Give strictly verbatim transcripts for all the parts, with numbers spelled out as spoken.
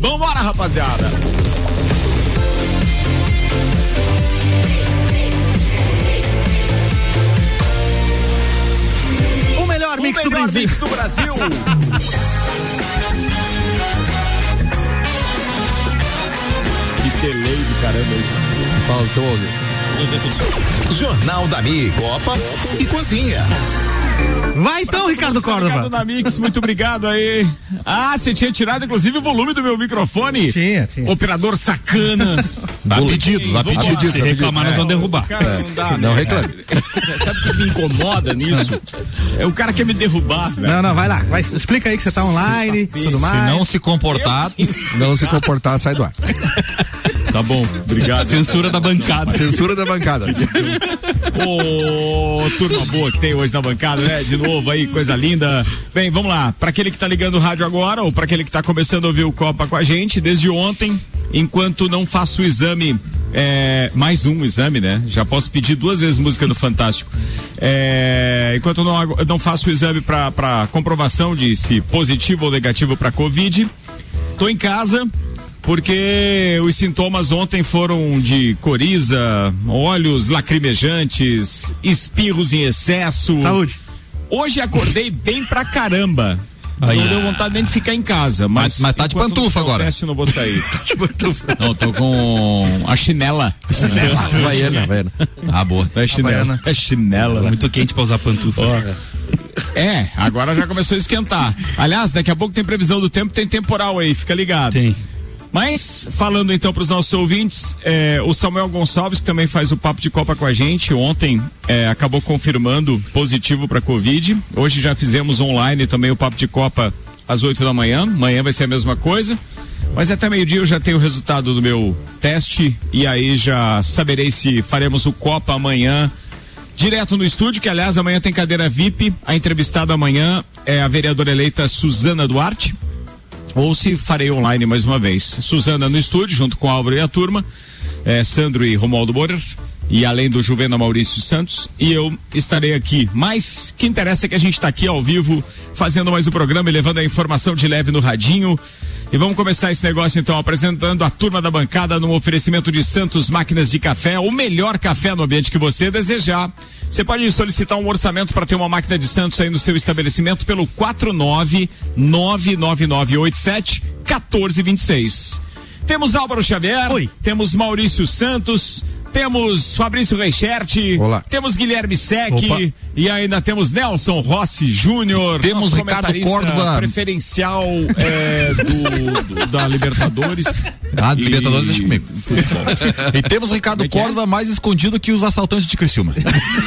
Vambora, rapaziada. O melhor, o mix, melhor do Brasil. mix do Brasil. Que delay do caramba esse. Faltou ouvir. Jornal da Mix, Copa e Cozinha. Vai então, Ricardo Córdova. Ricardo na Mix, muito obrigado aí. Ah, você tinha tirado inclusive o volume do meu microfone? Tinha, tinha. Operador sacana. Há pedidos, há pedidos. Se reclamar, nós vamos derrubar. Cara, não dá, Não né, reclame. cara? Sabe o que me incomoda nisso? É o cara quer me derrubar, velho. Não, não, vai lá. Vai, explica aí que você tá online, tudo mais. Se não se comportar, não se comportar, sai do ar. Tá bom, obrigado. Censura da bancada. Censura da bancada. Ô, turma boa que tem hoje na bancada, né? De novo aí, coisa linda. Bem, vamos lá. Pra aquele que tá ligando o rádio agora, ou pra aquele que tá começando a ouvir o Copa com a gente, desde ontem, enquanto não faço o exame, é, mais um exame, né? Já posso pedir duas vezes música do Fantástico. É, enquanto não, não faço o exame pra, pra comprovação de se positivo ou negativo pra Covid, tô em casa. Porque os sintomas ontem foram de coriza, olhos lacrimejantes, espirros em excesso. Saúde. Hoje acordei bem pra caramba. Aí não deu vontade nem de ficar em casa. Mas, Mas, mas tá de pantufa agora. Teste, não vou sair. De pantufa. Não, tô com a chinela. Chinela. Havaiana, Havaiana. Ah, boa. É chinela. É chinela. Muito quente pra usar pantufa. Oh. É, agora já começou a esquentar. Aliás, daqui a pouco tem previsão do tempo, tem temporal aí, fica ligado. Tem. Mas, falando então para os nossos ouvintes, é, o Samuel Gonçalves, que também faz o Papo de Copa com a gente, ontem é, acabou confirmando positivo para Covid. Hoje já fizemos online também o Papo de Copa às oito da manhã. Amanhã vai ser a mesma coisa. Mas até meio-dia eu já tenho o resultado do meu teste e aí já saberei se faremos o Copa amanhã direto no estúdio, que aliás amanhã tem cadeira V I P. A entrevistada amanhã é a vereadora eleita Suzana Duarte. Ou se farei online mais uma vez. Suzana no estúdio, junto com Álvaro e a turma, é, Sandro e Romualdo Borer, e além do Juvena Maurício Santos, e eu estarei aqui. Mas o que interessa é que a gente está aqui ao vivo, fazendo mais um programa e levando a informação de leve no radinho. E vamos começar esse negócio então apresentando a turma da bancada num oferecimento de Santos Máquinas de Café, o melhor café no ambiente que você desejar. Você pode solicitar um orçamento para ter uma máquina de Santos aí no seu estabelecimento pelo quatro nove nove nove nove oito sete um quatro dois seis. Temos Álvaro Xavier, Oi. Temos Maurício Santos, temos Fabrício Reichert, Olá. Temos Guilherme Sec Opa. e ainda temos Nelson Rossi Júnior. Temos nosso Ricardo comentarista Córdova. preferencial é, do, do, da Libertadores. Ah, E- Libertadores, deixa comigo. E temos o Ricardo Como é que é? Córdova mais escondido que os assaltantes de Criciúma.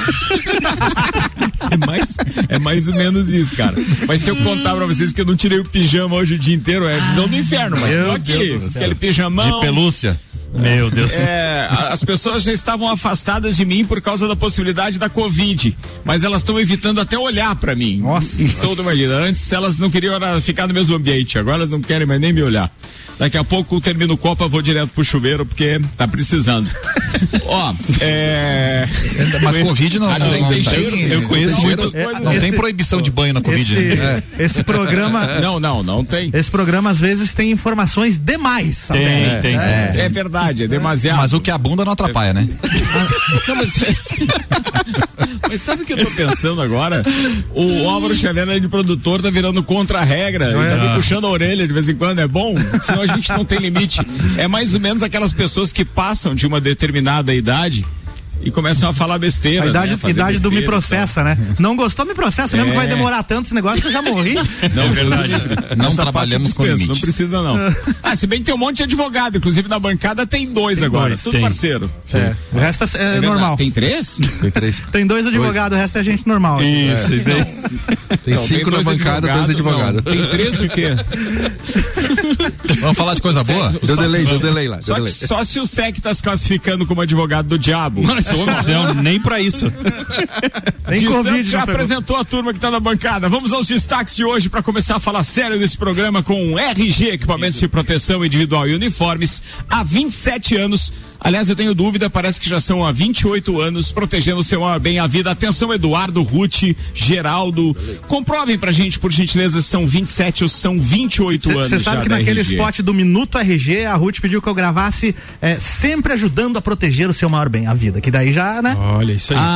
É mais, é mais ou menos isso, cara. Mas se eu contar pra vocês que eu não tirei o pijama hoje o dia inteiro, é visão do inferno, mas Meu tô aqui, Deus do céu. aquele pijamão. De pelúcia. Meu Deus. É, a- as pessoas já estavam afastadas de mim por causa da possibilidade da Covid, mas elas estão evitando até olhar pra mim. Nossa. Estou de imagina. Antes elas não queriam era, ficar no mesmo ambiente, agora elas não querem mais nem me olhar. Daqui a pouco eu termino o Copa, vou direto pro chuveiro porque tá precisando. Ó, é. Mas Covid não, Ah, não, tem- não tem tem, cheiro, eu não conheço tem muitas cheiro, coisas. Não Esse- tem proibição de banho na Covid. Esse, né? É. esse programa, Não, não, não tem. esse programa às vezes tem informações demais. Tem, até. tem. É. É verdade, é demasiado. Mas o que a bunda não atrapalha, né? Não, mas... mas sabe o que eu tô pensando agora? O Álvaro Xavier de produtor tá virando contra a regra, ele tá me puxando a orelha de vez em quando, é bom? Senão a gente não tem limite. É mais ou menos aquelas pessoas que passam de uma determinada idade e começam a falar besteira. A idade, né? Fazer idade do me besteira, processa, né? Não gostou, me processa mesmo É. que vai demorar tanto esse negócio que eu já morri. Não, é verdade. Não Essa trabalhamos parte eu com dispenso, limites. Não precisa, não. Ah, se bem que tem um monte de advogado, inclusive na bancada tem dois agora. dois, Tudo tem. parceiro. É. O resto é, é É verdade. normal. Tem três? Tem três. Tem dois advogados, o resto é gente normal. Isso, isso aí. Tem Não, cinco na dois bancada, dois advogados. não. Tem três o quê? Vamos falar de coisa boa? Só- Deu só- delay, deu delay lá. Deu Só, delay. só se o Sec tá se classificando como advogado do diabo. Mas nem pra isso. Nem De Covid Santos já não pegou. apresentou a turma que tá na bancada. Vamos aos destaques de hoje para começar a falar sério desse programa com R G, equipamentos de proteção individual e uniformes. Há vinte e sete anos, Aliás, eu tenho dúvida, parece que já são há vinte e oito anos protegendo o seu maior bem, a vida. Atenção, Eduardo, Ruth, Geraldo. Comprovem pra gente, por gentileza, se são vinte e sete ou são vinte e oito anos. Você sabe que naquele R G. Spot do Minuto R G, a Ruth pediu que eu gravasse é, sempre ajudando a proteger o seu maior bem, a vida. Que daí já, né? Olha, isso aí.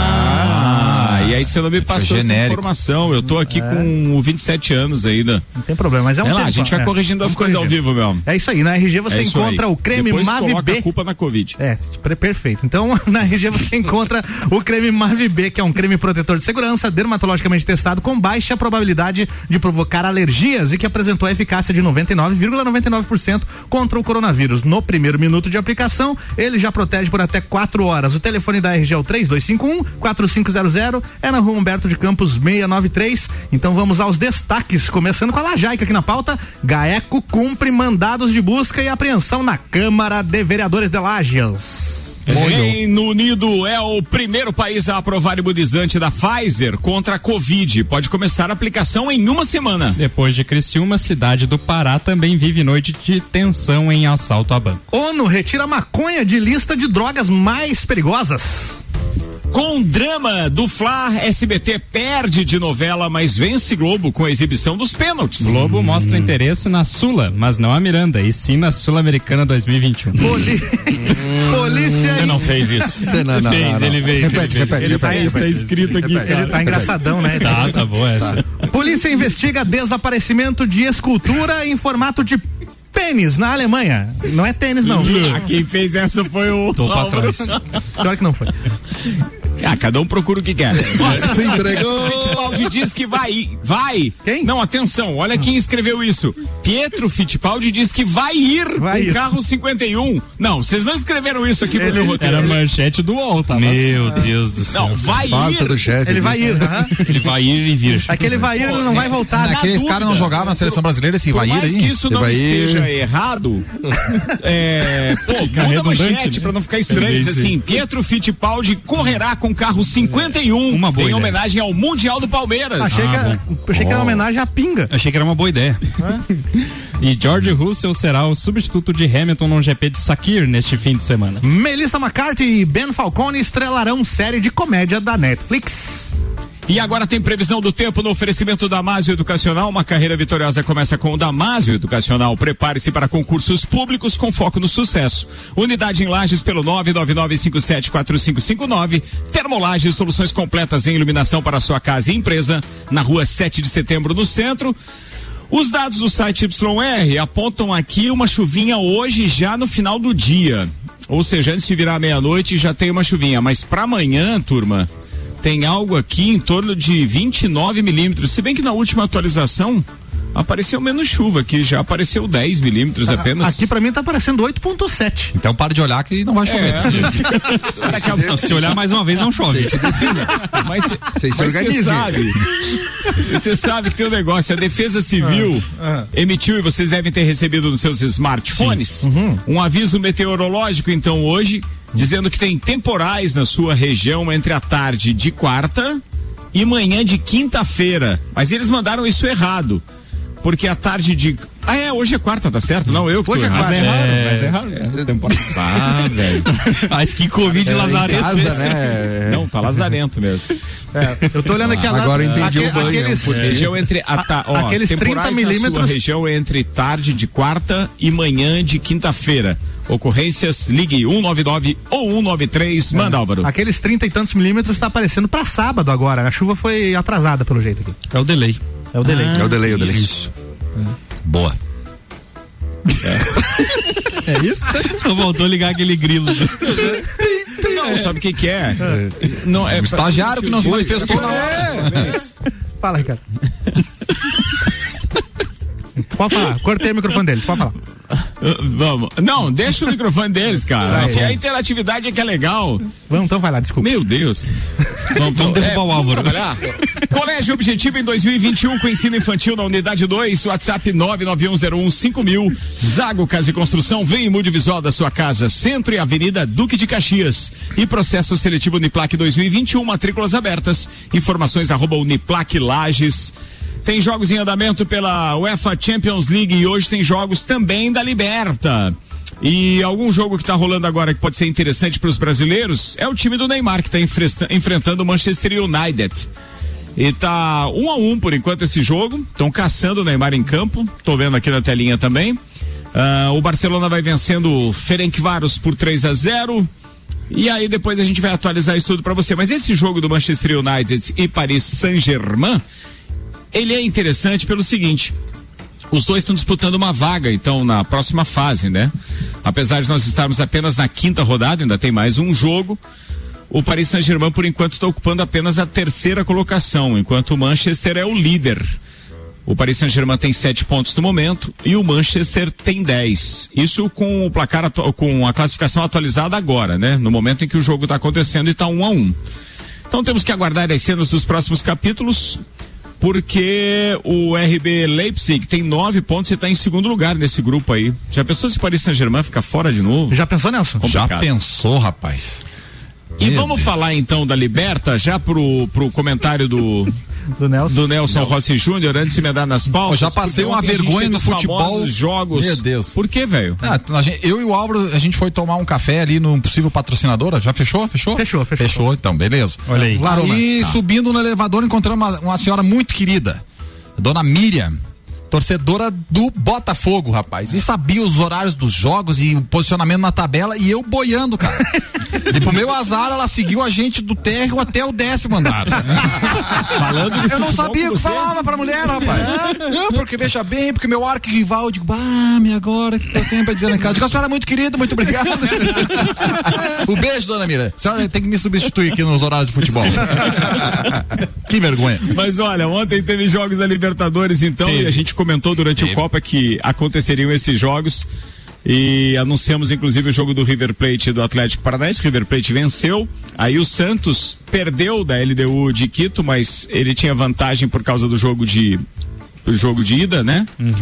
Ah, ah e aí você não me passou essa informação. Eu tô aqui é. com vinte e sete anos ainda. Não tem problema, mas é um é lá, tempo, a gente vai é. corrigindo as coisas ao vivo mesmo. É isso aí, na R G você é encontra aí. o creme Depois Mavi coloca B. A culpa na Covid. É, perfeito. Então, na R G você encontra o creme Mavi B, que é um creme protetor de segurança, dermatologicamente testado, com baixa probabilidade de provocar alergias e que apresentou a eficácia de noventa e nove vírgula noventa e nove por cento contra o coronavírus. No primeiro minuto de aplicação, ele já protege por até quatro horas. O telefone da R G é o três dois cinco um, quatro cinco zero zero, é na rua Humberto de Campos seiscentos e noventa e três. Então vamos aos destaques, começando com a Lajaica aqui na pauta. GAECO cumpre mandados de busca e apreensão na Câmara de Vereadores de Lajes. Reino Unido é o primeiro país a aprovar imunizante da Pfizer contra a Covid. Pode começar a aplicação em uma semana. Depois de Criciúma, cidade do Pará também vive noite de tensão em assalto a banco. ONU retira maconha de lista de drogas mais perigosas. Com drama do Fla, S B T perde de novela, mas vence Globo com a exibição dos pênaltis. Globo hum. mostra interesse na Sula, mas não a Miranda, e sim na Sul-Americana dois mil e vinte e um. Poli... Polícia. Você não fez isso. Você não, não, fez, não, não. ele fez. Repete, ele repete, ele repete, tá, repete, está escrito repete, aqui. repete, Ele tá engraçadão, né? Tá, tá boa essa. Polícia investiga desaparecimento de escultura em formato de pênis na Alemanha. Não é tênis, não. Ah, quem fez essa foi o... Tô pra trás. Pior que não foi. Ah, cada um procura o que quer. Se entregou. Fittipaldi diz que vai, vai. Quem? Não, atenção, olha quem escreveu isso. Pietro Fittipaldi diz que vai ir vai com ir. carro cinquenta e um. Não, vocês não escreveram isso aqui pro meu roteiro. Era manchete do U O L, tá? Meu Deus do céu. Não, vai Falta ir. do chefe. Ele vai ir. Uh-huh. Ele vai ir e vir. Aquele vai ir, ele não vai voltar. Aqueles caras não jogavam na seleção brasileira, assim, Por vai ir mais aí. que isso não vai esteja ir. errado, é, pô, muda a manchete né? pra não ficar estranho. Diz assim, Pietro Fittipaldi correrá com carro cinquenta e um Uma boa em ideia. homenagem ao Mundial do Palmeiras. Achei, Ah, que, era, achei que era uma homenagem à pinga. Achei que era uma boa ideia. E George Russell será o substituto de Hamilton no G P de Sakir neste fim de semana. Melissa McCarthy e Ben Falcone estrelarão série de comédia da Netflix. E agora tem previsão do tempo no oferecimento Damásio Educacional. Uma carreira vitoriosa começa com o Damásio Educacional. Prepare-se para concursos públicos com foco no sucesso. Unidade em Lages pelo nove nove nove cinco sete quatro cinco cinco nove. Termolages, soluções completas em iluminação para sua casa e empresa. Na rua sete de setembro, no centro. Os dados do site Y R apontam aqui uma chuvinha hoje já no final do dia. Ou seja, antes de virar meia-noite já tem uma chuvinha. Mas para amanhã, turma, tem algo aqui em torno de vinte e nove milímetros. Se bem que na última atualização apareceu menos chuva, que já apareceu dez milímetros apenas. Aqui pra mim tá aparecendo oito ponto sete. Então para de olhar que não vai chover. É. Será que a... Não, se olhar mais uma vez não chove. Mas Você você sabe, você sabe que tem um negócio, a Defesa Civil Ah, ah. emitiu, e vocês devem ter recebido nos seus smartphones, uhum. um aviso meteorológico então hoje, dizendo que tem temporais na sua região entre a tarde de quarta e manhã de quinta-feira. Mas eles mandaram isso errado. Porque a tarde de... Ah, é, hoje é quarta, tá certo? Não, eu que Hoje tô é errado. quarta. Mas Errado, é... mas errado. Ah, velho. Mas que Covid É, lazarento. em casa, esse. né? Não, tá lazarento mesmo. É, eu tô olhando aqui a Agora eu entendi aque- o banho. aqueles, Por região entre a, ta, ó, aqueles temporais trinta na milímetros. sua região entre tarde de quarta e manhã de quinta-feira. Ocorrências, ligue um nove nove ou um nove três, manda, Álvaro. Aqueles trinta e tantos milímetros tá aparecendo pra sábado agora. A chuva foi atrasada pelo jeito aqui. É o delay. É o delay. É o delay, o delay. Isso. Boa. É isso? Voltou a ligar aquele grilo. Não, sabe o que que é? Não, é O estagiário que não se manifestou na hora. Fala, Ricardo. Pode falar, cortei o microfone deles, pode falar. Vamos. Não, deixa o microfone deles, cara. Vai, Porque vai. a interatividade é que é legal. Vamos, então vai lá, desculpa. Meu Deus. Vamos, Vamos derrubar o Álvaro. trabalhar. Colégio Objetivo em dois mil e vinte e um com ensino infantil na unidade dois, WhatsApp nove nove um zero um cinco mil. Zago Casa e Construção, vem e mude o visual da sua casa. Centro e Avenida Duque de Caxias. E processo seletivo Uniplac dois mil e vinte e um, matrículas abertas. Informações arroba Uniplac Lages. Tem jogos em andamento pela UEFA Champions League e hoje tem jogos também da Liberta. E algum jogo que está rolando agora que pode ser interessante para os brasileiros é o time do Neymar, que está enfrentando o Manchester United. E tá um a um por enquanto esse jogo. Estão caçando o Neymar em campo. Tô vendo aqui na telinha também. Uh, o Barcelona vai vencendo o Ferencváros por três a zero. E aí depois a gente vai atualizar isso tudo para você. Mas esse jogo do Manchester United e Paris Saint-Germain, ele é interessante pelo seguinte: os dois estão disputando uma vaga, então, na próxima fase, né? Apesar de nós estarmos apenas na quinta rodada, ainda tem mais um jogo. O Paris Saint-Germain, por enquanto, está ocupando apenas a terceira colocação, enquanto o Manchester é o líder. O Paris Saint-Germain tem sete pontos no momento e o Manchester tem dez. Isso com o placar, atu- com a classificação atualizada agora, né? No momento em que o jogo está acontecendo e está um a um. Então temos que aguardar as cenas dos próximos capítulos, porque o R B Leipzig tem nove pontos e está em segundo lugar nesse grupo aí. Já pensou se o Paris Saint-Germain fica fora de novo? Já pensou, Nelson? Complicado. Já pensou, rapaz? E Meu vamos Deus. falar então da Liberta, já pro, pro comentário do, Do Nelson. do Nelson Rossi Júnior, antes de me dar nas pautas. Eu já passei porque uma ontem a gente vergonha teve no os futebol. famosos Jogos. Meu Deus. Por quê, velho? Ah, a gente- eu e o Álvaro, a gente foi tomar um café ali num possível patrocinador. Já fechou? Fechou? Fechou, fechou. Fechou, então, beleza. Olha aí. Laruma. Aí, Tá. subindo no elevador, encontramos uma, uma senhora muito querida, Dona Miriam, torcedora do Botafogo, rapaz. E sabia os horários dos jogos e o posicionamento na tabela, e eu boiando, cara. E pro meu azar, ela seguiu a gente do térreo até o décimo andar. Falando de Eu não futebol sabia o com que você. falava pra mulher, rapaz. Não, porque veja bem, porque meu arquirrival, eu digo, bah, me agora, o que eu tenho pra dizer lá em casa? Eu digo, a senhora é muito querida, muito obrigado. O beijo, dona Mira. A senhora tem que me substituir aqui nos horários de futebol. Que vergonha. Mas olha, ontem teve jogos da Libertadores, então, Teve. e a gente comentou durante Teve. o Copa que aconteceriam esses jogos. E anunciamos inclusive o jogo do River Plate e do Atlético Paranaense. O River Plate venceu. Aí o Santos perdeu da L D U de Quito, mas ele tinha vantagem por causa do jogo de do jogo de ida, né?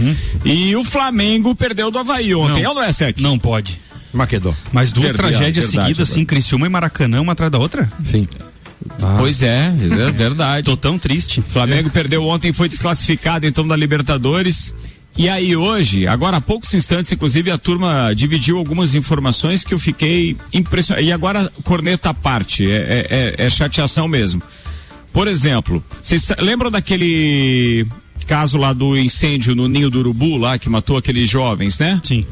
E o Flamengo perdeu do Avaí ontem. É ou não é, Sec? Não pode. Maquedon. Mas duas Verdade, tragédias verdade, seguidas, assim, Criciúma e Maracanã, uma atrás da outra? Sim. Pois é, é verdade. Tô tão triste. O Flamengo perdeu ontem, foi desclassificado então da Libertadores. E aí hoje, agora há poucos instantes, inclusive a turma dividiu algumas informações que eu fiquei impressionado. E agora, corneta à parte, é, é, é chateação mesmo. Por exemplo, vocês lembram daquele caso lá do incêndio no Ninho do Urubu, lá que matou aqueles jovens, né? Sim.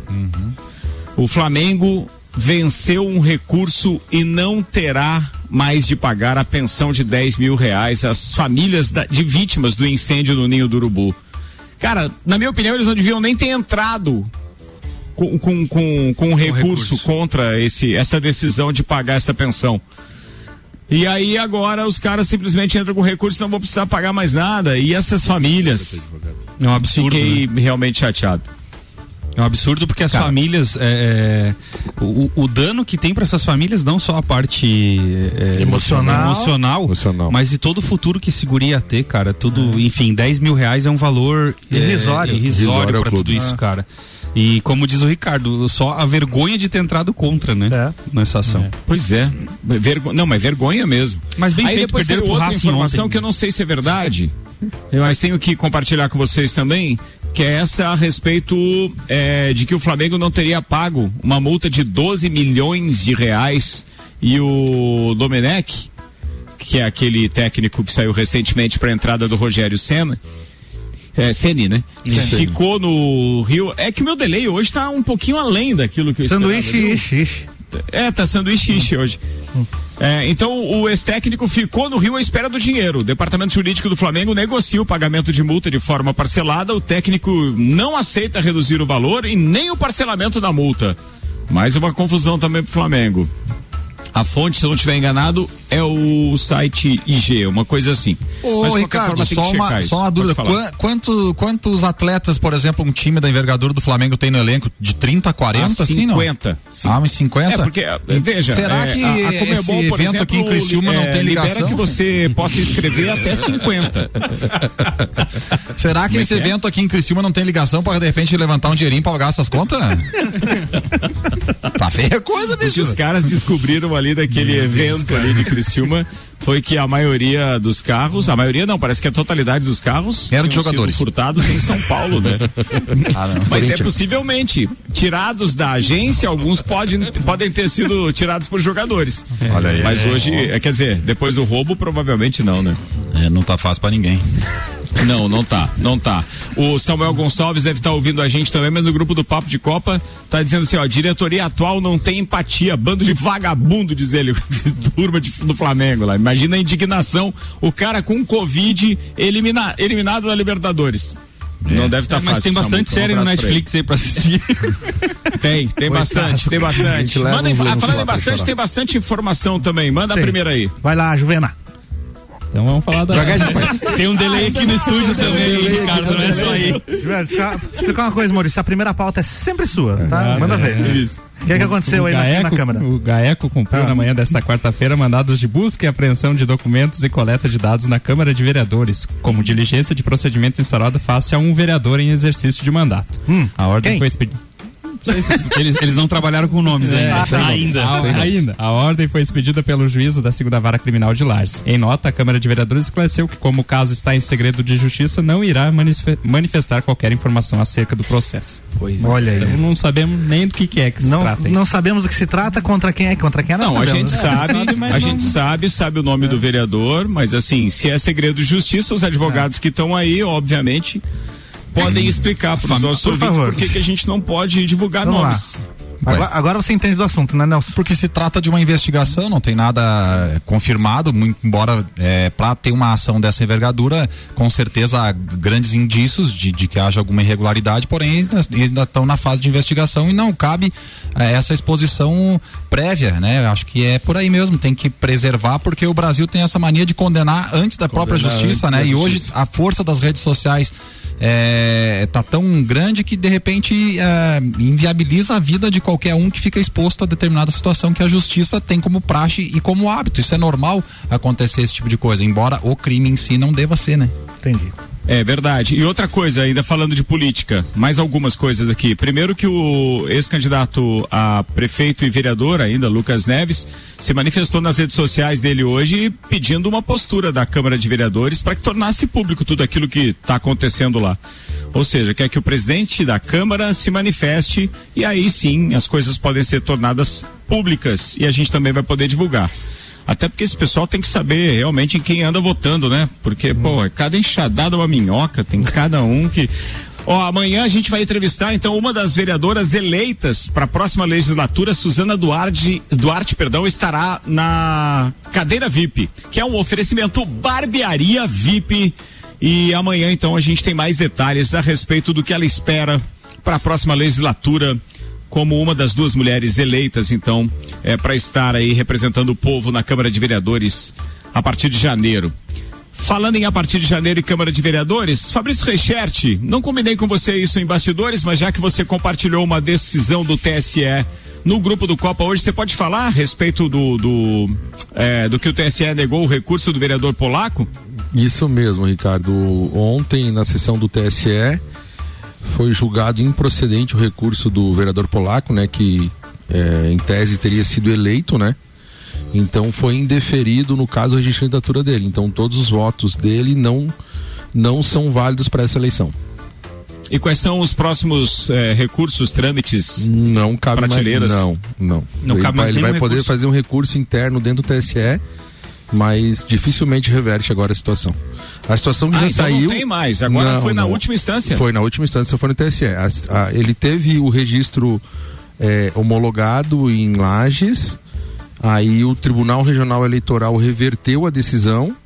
O Flamengo venceu um recurso e não terá mais de pagar a pensão de dez mil reais às famílias da, de vítimas do incêndio no Ninho do Urubu. Cara, na minha opinião, eles não deviam nem ter entrado com, com, com, com um recurso, recurso. contra esse, essa decisão de pagar essa pensão. E aí agora os caras simplesmente entram com recurso e não vão precisar pagar mais nada. E essas famílias, É um absurdo. fiquei né? realmente chateado. É um absurdo porque as Cara. famílias. É, é, o, o dano que tem para essas famílias, não só a parte é, Emocional. emocional, Emocional. mas e todo o futuro que esse guri ia ter, cara. Tudo, enfim, dez mil reais é um valor é, Irrisório. irrisório Irrisório ao para clube. tudo isso, cara. E como diz o Ricardo, só a vergonha de ter entrado contra, né? É. Nessa ação. Pois é. Vergo... Não, mas vergonha mesmo. Mas bem Aí feito, depois perderam tem pro outra Racing informação ontem. que eu não sei se é verdade, mas tenho que compartilhar com vocês também, que é essa a respeito é, de que o Flamengo não teria pago uma multa de doze milhões de reais e o Domenech, que é aquele técnico que saiu recentemente para a entrada do Rogério Ceni, é, Ceni, né? Ficou no Rio. É que o meu delay hoje tá um pouquinho além daquilo que eu esperava, Sanduíche, viu? ixi, ixi. É, tá sanduíche ixi hoje. É, então o ex-técnico ficou no Rio à espera do dinheiro. O departamento jurídico do Flamengo negocia o pagamento de multa de forma parcelada. O técnico não aceita reduzir o valor e nem o parcelamento da multa. Mais uma confusão também pro Flamengo. A fonte, se eu não estiver enganado, é o site I G, uma coisa assim. Ô, Mas, de qualquer Ricardo, forma, tem só que uma, checar isso. só uma Pode dúvida. falar. Qua- Quanto, quantos atletas, por exemplo, um time da envergadura do Flamengo tem no elenco? De trinta a quarenta, Ah, assim, não? cinquenta. Sim. Ah, uns cinquenta? É, porque, eh, veja, será é, que a, a esse Comebol, por evento aqui em exemplo, Criciúma não é, tem libera ligação? que você possa escrever até cinquenta. Será que Como é esse que é? evento aqui em Criciúma não tem ligação para de repente levantar um dinheirinho para pagar essas contas? Tá feia coisa, O que bicho. os caras descobriram ali daquele evento ali de Criciúma foi que a maioria dos carros, a maioria não, parece que a totalidade dos carros Eram de tinham sido jogadores. furtados em São Paulo, né? Ah, não. Mas é possivelmente tirados da agência, alguns podem, podem ter sido tirados por jogadores. Olha aí. Mas hoje, é, quer dizer, depois do roubo, provavelmente não, né? É, não tá fácil pra ninguém. Não, não tá, não tá. O Samuel Gonçalves deve estar ouvindo a gente também, mas no grupo do Papo de Copa tá dizendo assim, ó, diretoria atual não tem empatia, bando de vagabundo, diz ele, turma de, do Flamengo lá. Imagina a indignação, o cara com Covid elimina, eliminado da Libertadores. É. Não deve estar É, fácil. mas tem bastante Samuel, série um no abraço pra Netflix aí pra assistir. Tem, tem bastante, tem bastante. Manda, inf- ah, falando em bastante, tem bastante informação também. Manda Tem. a primeira aí. Vai lá, Juvena. Então vamos falar da. Tem um delay aqui no estúdio também, Ricardo, não é só aí. Juvena, explicar, explicar uma coisa, Maurício. A primeira pauta é sempre sua, tá? Ah, Manda é, ver. Isso. O que é que aconteceu O aí na, na Gaeco- Câmara? O GAECO cumpriu Ah. na manhã desta quarta-feira mandados de busca e apreensão de documentos e coleta de dados na Câmara de Vereadores, como diligência de procedimento instaurada face a um vereador em exercício de mandato. Hum, A ordem quem? foi expedida. Eles, eles não trabalharam com nomes ainda. ainda. A, ainda. A ordem foi expedida pelo juízo da segunda Vara Criminal de Lages. Em nota, a Câmara de Vereadores esclareceu que, como o caso está em segredo de justiça, não irá manif- manifestar qualquer informação acerca do processo. Pois Olha aí. então, não sabemos nem do que, que é que se Não, trata. hein? não sabemos do que se trata, contra quem é, contra quem é, Não, a sabemos. gente sabe, Sabe, mas a não- gente sabe, sabe o nome do vereador, mas assim, se é segredo de justiça, os advogados que estão aí, obviamente, podem explicar para os nossos por ouvintes favor. por que que a gente não pode divulgar Vamos lá. nomes. Agora, agora você entende do assunto, né, Nelson? Porque se trata de uma investigação, não tem nada eh, confirmado, muito, embora é, para ter uma ação dessa envergadura, com certeza há grandes indícios de, de que haja alguma irregularidade, porém ainda, ainda estão na fase de investigação e não cabe eh, essa exposição prévia, né? Acho que é por aí mesmo, tem que preservar, porque o Brasil tem essa mania de condenar antes da própria Condenar justiça, antes né? da E hoje justiça. a força das redes sociais é, tá tão grande que de repente é, inviabiliza a vida de qualquer um que fica exposto a determinada situação que a justiça tem como praxe e como hábito. Isso é normal acontecer esse tipo de coisa, embora o crime em si não deva ser, né? Entendi. É verdade. E outra coisa, ainda falando de política, mais algumas coisas aqui. Primeiro que o ex-candidato a prefeito e vereador ainda, Lucas Neves, se manifestou nas redes sociais dele hoje pedindo uma postura da Câmara de Vereadores para que tornasse público tudo aquilo que está acontecendo lá. Ou seja, quer que o presidente da Câmara se manifeste e aí sim as coisas podem ser tornadas públicas e a gente também vai poder divulgar. Até porque esse pessoal tem que saber realmente em quem anda votando, né? Porque, pô, é cada enxadada uma minhoca, tem cada um que... Ó, amanhã a gente vai entrevistar, então, uma das vereadoras eleitas para a próxima legislatura, Suzana Duarte, Duarte, perdão, estará na cadeira V I P, que é um oferecimento Barbearia V I P. E amanhã, então, a gente tem mais detalhes a respeito do que ela espera para a próxima legislatura, como uma das duas mulheres eleitas, então, é, para estar aí representando o povo na Câmara de Vereadores a partir de janeiro. Falando em a partir de janeiro e Câmara de Vereadores, Fabrício Reichert, não combinei com você isso em bastidores, mas já que você compartilhou uma decisão do T S E no grupo do Copa hoje, você pode falar a respeito do, do, é, do que o T S E negou o recurso do vereador polaco? Isso mesmo, Ricardo. Ontem, na sessão do T S E, foi julgado improcedente o recurso do vereador polaco, né, que é, em tese teria sido eleito, né? Então foi indeferido no caso a candidatura dele. Então todos os votos dele não não são válidos para essa eleição. E quais são os próximos eh, recursos, trâmites? Não cabe mais. Prateleiras? Não, não. Não ele cabe vai, mais ele vai nenhum poder recurso. fazer um recurso interno dentro do T S E, mas dificilmente reverte agora a situação. A situação que Ah, já então saiu. não tem mais. Agora Não, foi na não. última instância. Foi na última instância, foi no T S E. A- a- ele teve o registro é, homologado em Lages, aí o Tribunal Regional Eleitoral reverteu a decisão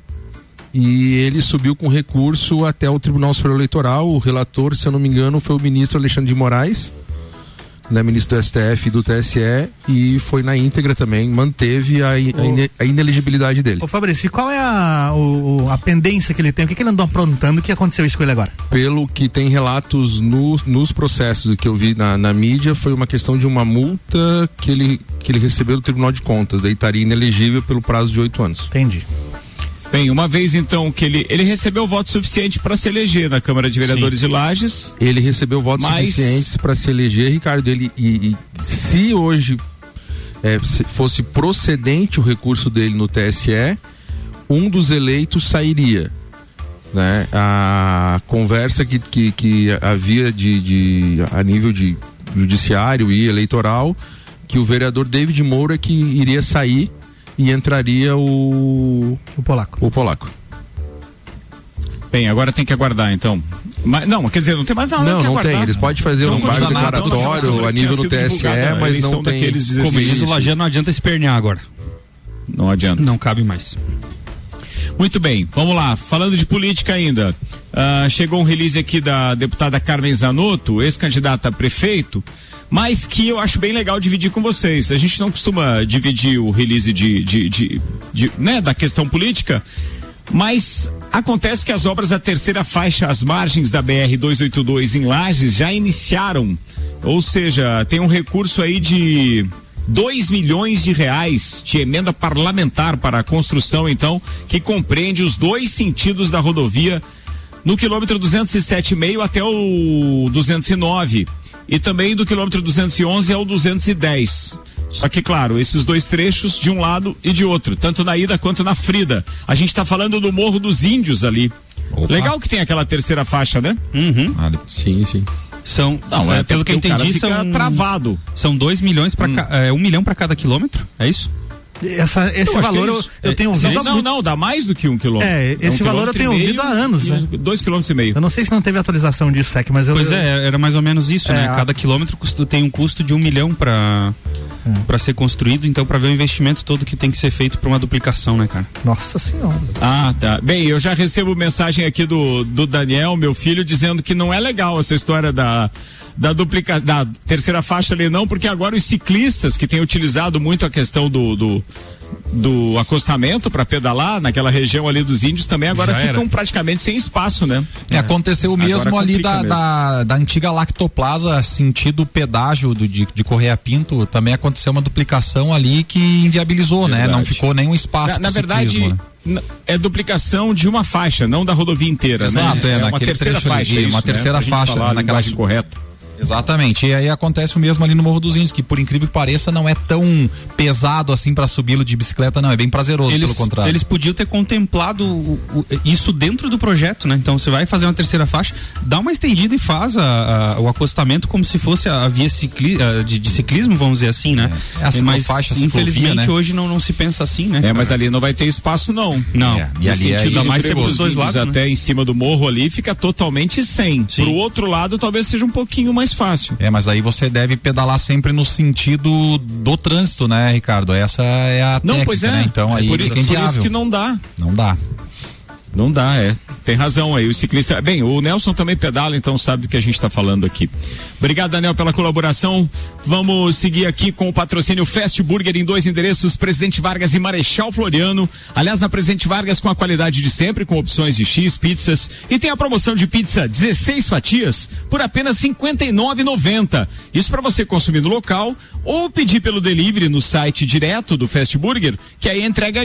e ele subiu com recurso até o Tribunal Superior Eleitoral. O relator, se eu não me engano, foi o ministro Alexandre de Moraes, né, ministro do S T F e do T S E, e foi na íntegra também, manteve a, i- a, ine- a inelegibilidade dele. Ô Fabrício, e qual é a, o, o- a pendência que ele tem? O que, que ele andou aprontando? O que aconteceu isso com ele agora? Pelo que tem relatos no, nos processos que eu vi na, na mídia, foi uma questão de uma multa que ele, que ele recebeu do Tribunal de Contas, daí estaria inelegível pelo prazo de oito anos. Entendi. Bem, uma vez então que ele ele recebeu voto suficiente para se eleger na Câmara de Vereadores de Lages. Ele recebeu votos Mas- suficientes para se eleger, Ricardo. Ele, e, e se hoje é, se fosse procedente o recurso dele no T S E, um dos eleitos sairia. Né? A conversa que, que, que havia de, de, a nível de judiciário e eleitoral, que o vereador David Moura que iria sair e entraria o o polaco. O polaco. Bem, agora tem que aguardar então. Mas, não, quer dizer, não tem mais nada. Não, que não aguardar. tem. Eles podem fazer Então, um embargo declaratório então, a nível do T S E, mas não tem. Como diz o Lajeano, não adianta espernear agora. Não adianta. Não cabe mais. Muito bem, vamos lá. Falando de política ainda, uh, chegou um release aqui da deputada Carmen Zanotto, ex-candidata a prefeito, mas que eu acho bem legal dividir com vocês. A gente não costuma dividir o release de, de, de, de, né, da questão política, mas acontece que as obras da terceira faixa às margens da B R duzentos e oitenta e dois em Lages já iniciaram, ou seja, tem um recurso aí de dois milhões de reais de emenda parlamentar para a construção, então, que compreende os dois sentidos da rodovia no quilômetro duzentos e sete vírgula cinco até o duzentos e nove e também do quilômetro duzentos e onze ao duzentos e dez. Só que, claro, esses dois trechos de um lado e de outro, tanto na ida quanto na Frida. A gente está falando do Morro dos Índios ali. Opa. Legal que tem aquela terceira faixa, né? Uhum. Ah, sim, sim. São, não, é, pelo que eu entendi, são travado. São dois milhões para hum. é, um milhão para cada quilômetro, é isso? Essa, esse eu valor eu, eu tenho ouvido. Não, não, não, dá mais do que um quilômetro. É, esse é um valor eu tenho meio, ouvido há anos, né? Dois quilômetros e meio. Eu não sei se não teve atualização disso, Sec, mas eu. Pois é, era mais ou menos isso, é, né? Cada quilômetro custo, tem um custo de um milhão para é. para ser construído, então para ver o investimento todo que tem que ser feito para uma duplicação, né, cara? Nossa senhora. Ah, tá. Bem, eu já recebo mensagem aqui do, do Daniel, meu filho, dizendo que não é legal essa história da da duplica, da terceira faixa ali não, porque agora os ciclistas que têm utilizado muito a questão do, do do acostamento para pedalar naquela região ali dos Índios também agora Já ficam era. praticamente sem espaço, né? É, é. Aconteceu o mesmo ali da, mesmo. da, da antiga Lactoplaza, sentido pedágio do, de, de Correia Pinto, também aconteceu uma duplicação ali que inviabilizou, verdade. né? Não ficou nenhum espaço Na, na verdade, ciclismo, né? é duplicação de uma faixa, não da rodovia inteira, Exato, né? é, é uma terceira faixa, ali, isso, uma terceira né? faixa falar naquela correta. Exatamente, e aí acontece o mesmo ali no Morro dos Índios, que por incrível que pareça não é tão pesado assim para subi-lo de bicicleta, não, é bem prazeroso, eles, pelo contrário. Eles podiam ter contemplado o, o, isso dentro do projeto, né? Então você vai fazer uma terceira faixa, dá uma estendida e faz a, a, o acostamento como se fosse a via cicli, a, de, de ciclismo, vamos dizer assim, né? É, é mas faixa, infelizmente ciclovia, né? hoje não, não se pensa assim, né? É, mas ali não vai ter espaço não. Não. É, e ali é sentido, mais dos dois lados, até né? em cima do morro ali fica totalmente sem. Sim. Pro outro lado talvez seja um pouquinho mais fácil. É, mas aí você deve pedalar sempre no sentido do trânsito, né, Ricardo? Essa é a não, técnica, pois é. né? Então é aí por, fica inviável. Por isso que não dá. Não dá. Não dá, é. Tem razão aí, o ciclista. Bem, o Nelson também pedala, então sabe do que a gente está falando aqui. Obrigado, Daniel, pela colaboração. Vamos seguir aqui com o patrocínio Fast Burger em dois endereços, Presidente Vargas e Marechal Floriano. Aliás, na Presidente Vargas com a qualidade de sempre, com opções de X, pizzas. E tem a promoção de pizza dezesseis fatias por apenas cinquenta e nove reais e noventa centavos. Isso para você consumir no local ou pedir pelo delivery no site direto do Fast Burger, que aí a entrega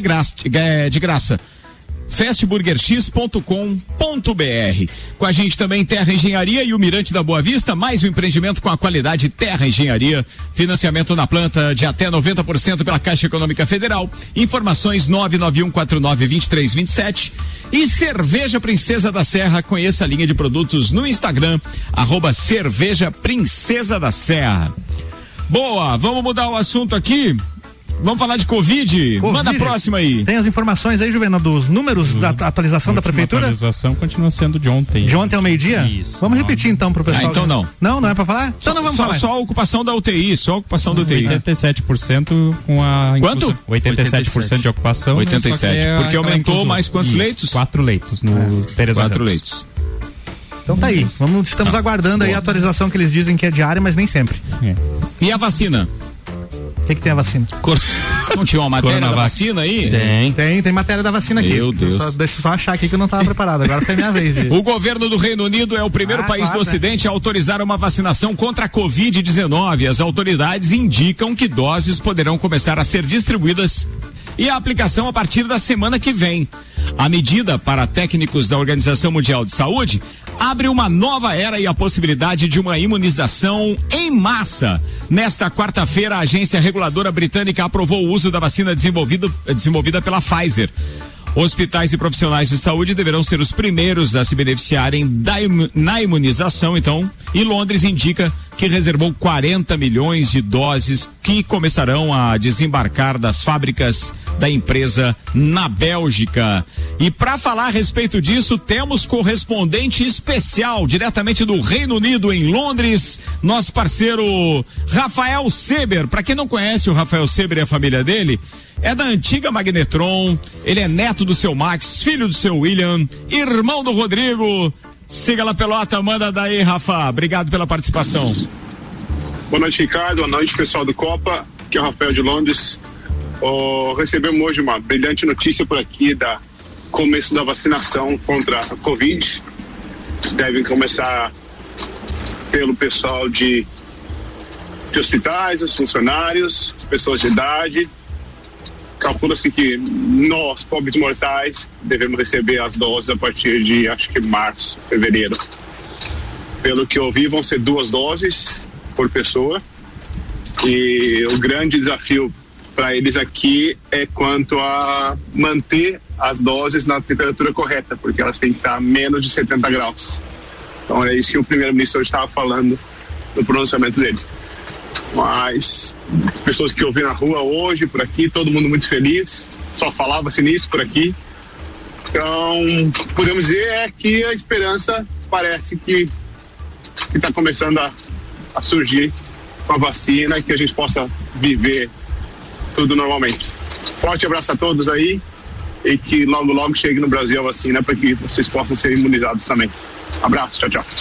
é de graça. fast burger x ponto com ponto b r. Com a gente também Terra Engenharia e o Mirante da Boa Vista, mais um empreendimento com a qualidade Terra Engenharia. Financiamento na planta de até noventa por cento pela Caixa Econômica Federal. Informações nove nove um quatro nove dois três dois sete. E Cerveja Princesa da Serra, conheça a linha de produtos no Instagram, arroba Cerveja Princesa da Serra. Boa, vamos mudar o assunto aqui. Vamos falar de Covid? Covid? Manda a próxima aí. Tem as informações aí, Juvenal, dos números uhum. da atualização da prefeitura? A atualização continua sendo de ontem. De ontem ao meio-dia? Isso. Vamos repetir então pro pessoal. Ah, então não. Não, não é pra falar? Então só, não vamos só, falar. Só a ocupação da U T I, só a ocupação da U T I. oitenta e sete por cento com a... Quanto? oitenta e sete por cento de ocupação. oitenta e sete por cento. É porque aumentou inclusão. Mais quantos Isso, leitos? Quatro leitos no é. Teresa Quatro Campos. leitos. Então tá aí. Vamos, estamos ah, aguardando boa. Aí a atualização que eles dizem que é diária, mas nem sempre. É. E a vacina? O que, que tem a vacina? Cor... Não tinha uma matéria da vacina aí? Tem. Tem, tem matéria da vacina aqui. Meu Deus. Só, deixa eu só achar aqui que eu não estava preparado. Agora foi a minha vez. De... O governo do Reino Unido é o primeiro ah, país claro, do Ocidente né? a autorizar uma vacinação contra a covid dezenove. As autoridades indicam que doses poderão começar a ser distribuídas e a aplicação a partir da semana que vem. A medida para técnicos da Organização Mundial de Saúde abre uma nova era e a possibilidade de uma imunização em massa. Nesta quarta-feira, a agência reguladora britânica aprovou o uso da vacina desenvolvida, desenvolvida pela Pfizer. Hospitais e profissionais de saúde deverão ser os primeiros a se beneficiarem da, na imunização, então, e Londres indica que reservou quarenta milhões de doses que começarão a desembarcar das fábricas da empresa na Bélgica. E para falar a respeito disso, temos correspondente especial diretamente do Reino Unido, em Londres, nosso parceiro Rafael Seber. Para quem não conhece o Rafael Seber e a família dele, é da antiga Magnetron, ele é neto do seu Max, filho do seu William, irmão do Rodrigo. Siga lá, pelota, manda daí, Rafa. Obrigado pela participação. Boa noite, Ricardo. Boa noite, pessoal do Copa. Aqui é o Rafael de Londres. Oh, recebemos hoje uma brilhante notícia por aqui da começo da vacinação contra a Covid. Devem começar pelo pessoal de, de hospitais, os funcionários, as pessoas de idade. Calcula-se que nós, pobres mortais, devemos receber as doses a partir de, acho que março, fevereiro. Pelo que eu ouvi, vão ser duas doses por pessoa. E o grande desafio para eles aqui é quanto a manter as doses na temperatura correta, porque elas têm que estar a menos de setenta graus. Então é isso que o primeiro-ministro estava falando no pronunciamento dele. Mas as pessoas que eu vi na rua hoje, por aqui, todo mundo muito feliz, só falava-se nisso por aqui. Então, podemos dizer é que a esperança parece que está começando a, a surgir com a vacina e que a gente possa viver tudo normalmente. Forte abraço a todos aí e que logo, logo chegue no Brasil a vacina para que vocês possam ser imunizados também. Abraço, tchau, tchau.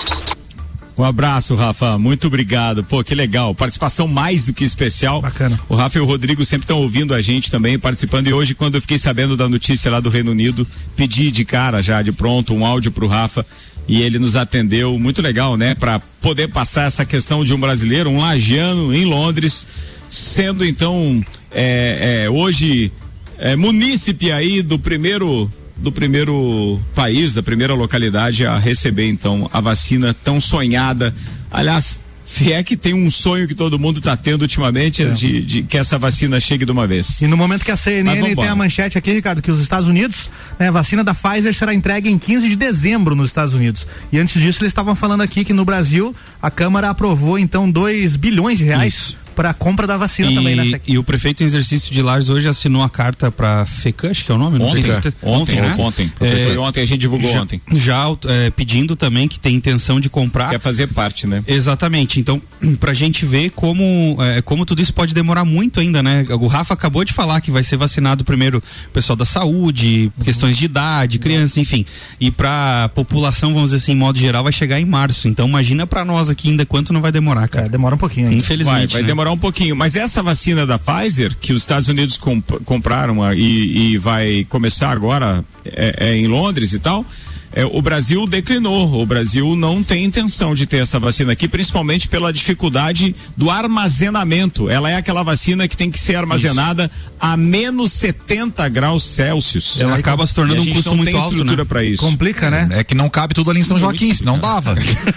Um abraço, Rafa, muito obrigado. Pô, que legal, participação mais do que especial. Bacana. O Rafa e o Rodrigo sempre estão ouvindo a gente também, participando, e hoje, quando eu fiquei sabendo da notícia lá do Reino Unido, pedi de cara já, de pronto, um áudio pro Rafa, e ele nos atendeu, muito legal, né, para poder passar essa questão de um brasileiro, um lagiano em Londres, sendo então é, é, hoje é, munícipe aí do primeiro do primeiro país, da primeira localidade a receber então a vacina tão sonhada. Aliás, se é que tem um sonho que todo mundo está tendo ultimamente, é de, de que essa vacina chegue de uma vez. E no momento que a C N N tem a manchete aqui, Ricardo, que os Estados Unidos, né, a vacina da Pfizer será entregue em quinze de dezembro nos Estados Unidos. E antes disso eles estavam falando aqui que no Brasil a Câmara aprovou então dois bilhões de reais. Isso. Para a compra da vacina e, também, né? E o prefeito em exercício de Lages hoje assinou a carta para FECAM, acho que é o nome? Não ontem, sei é. se ontem, ontem, né? Ontem. É, foi ontem, a gente divulgou já, ontem. Já é, pedindo também que tem intenção de comprar. Quer fazer parte, né? Exatamente. Então, pra gente ver como, é, como tudo isso pode demorar muito ainda, né? O Rafa acabou de falar que vai ser vacinado primeiro o pessoal da saúde, uhum. questões de idade, crianças, enfim. E pra população, vamos dizer assim, em modo geral, vai chegar em março. Então, imagina pra nós aqui ainda quanto não vai demorar, cara. É, demora um pouquinho ainda. Infelizmente. Vai, vai né? demorar um pouquinho, mas essa vacina da Pfizer, que os Estados Unidos comp compraram a, e, e vai começar agora é, é, em Londres e tal, é, o Brasil declinou. O Brasil não tem intenção de ter essa vacina aqui, principalmente pela dificuldade do armazenamento. Ela é aquela vacina que tem que ser armazenada isso. a menos setenta graus Celsius. Ela acaba se tornando um custo muito alto, né? Pra isso. Complica, né? É que não cabe tudo ali em São Joaquim, senão dava.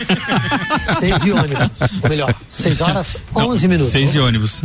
Seis de ônibus, ou melhor, seis horas, onze minutos. Seis de ônibus.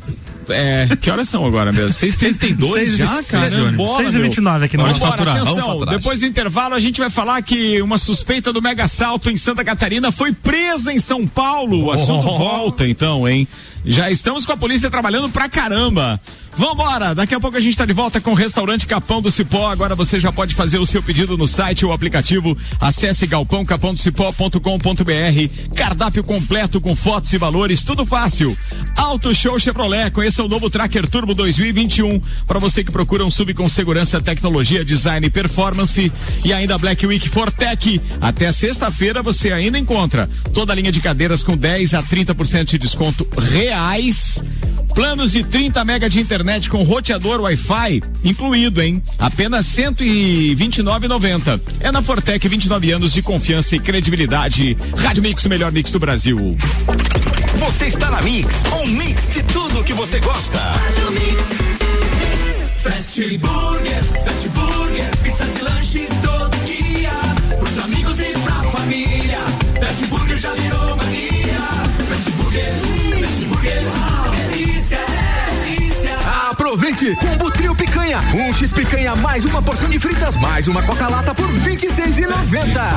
É, que horas são agora mesmo? seis e trinta e dois já, cara? seis e vinte e nove aqui no Vamos faturar, atenção, vamos faturar. Depois do intervalo a gente vai falar que uma suspeita do mega assalto em Santa Catarina foi presa em São Paulo. O assunto oh. volta então, hein? Já estamos com a polícia trabalhando pra caramba. Vambora, daqui a pouco a gente tá de volta com o restaurante Capão do Cipó. Agora você já pode fazer o seu pedido no site ou aplicativo. Acesse galpão capão do cipó ponto com ponto br. Cardápio completo com fotos e valores, tudo fácil. Auto Show Chevrolet, conheça o novo Tracker Turbo dois mil e vinte e um. Para você que procura um sub com segurança, tecnologia, design e performance. E ainda Black Week Fortec. Até sexta-feira você ainda encontra toda a linha de cadeiras com dez a trinta por cento de desconto reais. Planos de trinta mega de internet com roteador Wi-Fi incluído, hein? Apenas cento e vinte e nove reais e noventa centavos. É na Fortec, vinte e nove anos de confiança e credibilidade. Rádio Mix, o melhor mix do Brasil. Você está na Mix, um mix de tudo que você gosta. Rádio Mix. Fast Burger, Fast Burger, pizzas e lanches todo dia, pros amigos e pra família. Presente, combo trio picanha, um X picanha mais uma porção de fritas mais uma Coca-Lata por vinte e seis reais e noventa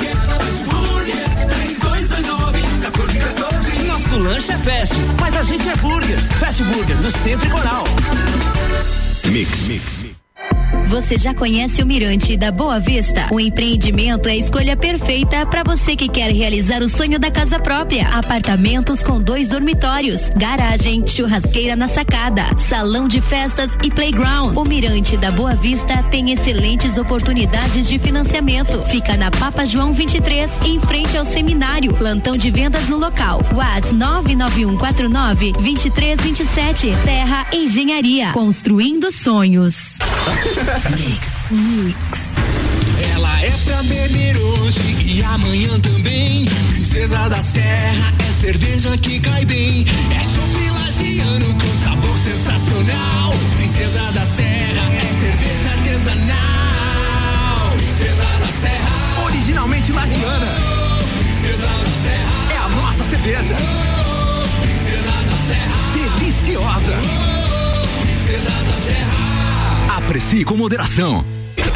centavos. Nosso lanche é fast, mas a gente é burger. Fast Burger do Centro e Coral. Mix, mix. Você já conhece o Mirante da Boa Vista? O empreendimento é a escolha perfeita para você que quer realizar o sonho da casa própria. Apartamentos com dois dormitórios, garagem, churrasqueira na sacada, salão de festas e playground. O Mirante da Boa Vista tem excelentes oportunidades de financiamento. Fica na Papa João vinte e três, em frente ao seminário. Plantão de vendas no local. WhatsApp nove nove um quatro nove, dois três dois sete. Terra Engenharia. Construindo sonhos. Mix. Mix. Ela é pra beber hoje e amanhã também. Princesa da Serra é cerveja que cai bem. É chopp lagiano com sabor sensacional. Princesa da Serra é cerveja artesanal. Princesa da Serra, originalmente lagiana. Princesa da Serra é a nossa cerveja. Princesa da Serra, deliciosa. Princesa da Serra. Aprecie com moderação.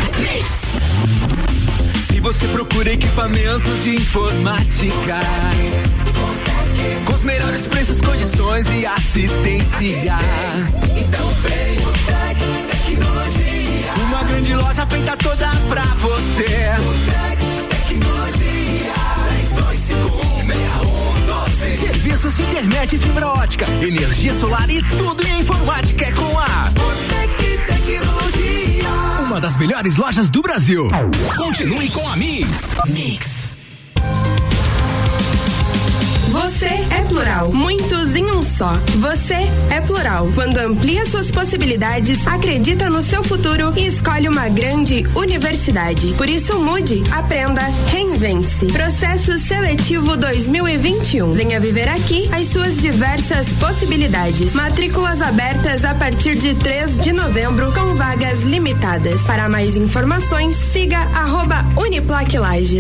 Se você procura equipamentos de informática com os melhores preços, condições e assistência, então vem o Tec Tecnologia. Uma grande loja feita toda pra você. O Tec Tecnologia. três dois cinco um seis um doze. Serviços de internet e fibra ótica, energia solar e tudo em informática é com a Tec Tecnologia. Uma das melhores lojas do Brasil. Continue com a Mix. Mix. Você é plural, muitos em um só. Você é plural. Quando amplia suas possibilidades, acredita no seu futuro e escolhe uma grande universidade. Por isso mude, aprenda, reinvente-se. Processo Seletivo dois mil e vinte e um. Venha viver aqui as suas diversas possibilidades. Matrículas abertas a partir de três de novembro com vagas limitadas. Para mais informações, siga arroba Uniplac Lages.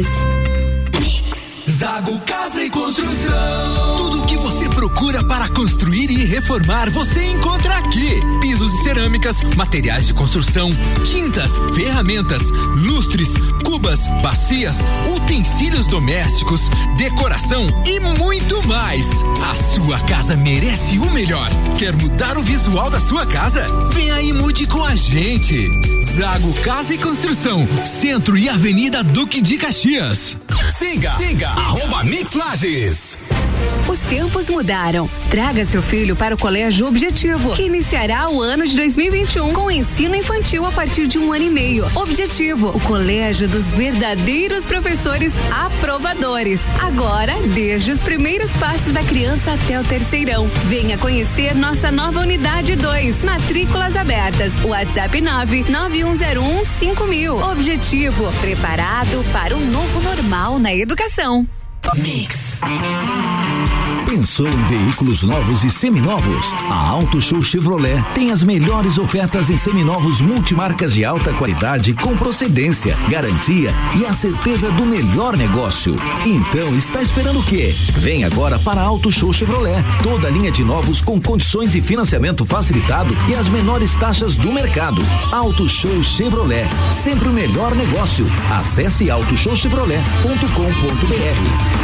Zago Casa e Construção. Tudo o que você procura para construir e reformar, você encontra aqui. Pisos e cerâmicas, materiais de construção, tintas, ferramentas, lustres, cubas, bacias, utensílios domésticos, decoração e muito mais. A sua casa merece o melhor. Quer mudar o visual da sua casa? Vem aí e mude com a gente. Zago Casa e Construção, Centro e Avenida Duque de Caxias. Siga, siga, arroba Mix Lages. Os tempos mudaram. Traga seu filho para o Colégio Objetivo, que iniciará o ano de dois mil e vinte e um com ensino infantil a partir de um ano e meio. Objetivo, o colégio dos verdadeiros professores aprovadores. Agora, desde os primeiros passos da criança até o terceirão. Venha conhecer nossa nova unidade dois. Matrículas abertas. WhatsApp nove nove um zero um cinco mil. Objetivo, preparado para um novo normal na educação. Mix. Pensou em veículos novos e seminovos? A Auto Show Chevrolet tem as melhores ofertas em seminovos multimarcas de alta qualidade com procedência, garantia e a certeza do melhor negócio. Então está esperando o quê? Vem agora para a Auto Show Chevrolet. Toda a linha de novos com condições de financiamento facilitado e as menores taxas do mercado. Auto Show Chevrolet, sempre o melhor negócio. Acesse auto show chevrolet ponto com ponto b r.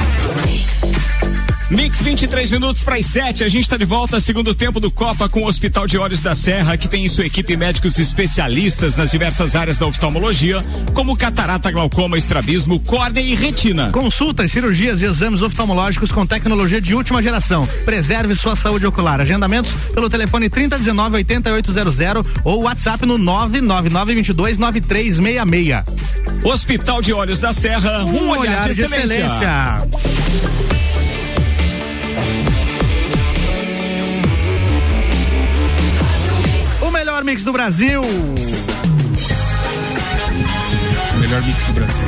Mix, vinte e três minutos para as sete. A gente está de volta, segundo tempo do Copa com o Hospital de Olhos da Serra, que tem em sua equipe médicos especialistas nas diversas áreas da oftalmologia, como catarata, glaucoma, estrabismo, córnea e retina. Consultas, cirurgias e exames oftalmológicos com tecnologia de última geração. Preserve sua saúde ocular. Agendamentos pelo telefone trinta dezenove, oitenta e oito zero zero ou WhatsApp no nove nove nove dois dois nove três seis seis. Hospital de Olhos da Serra, um, um olhar, olhar de, de excelência. excelência. O melhor mix do Brasil. Melhor mix do Brasil.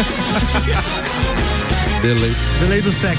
Delay. Delay do sexo.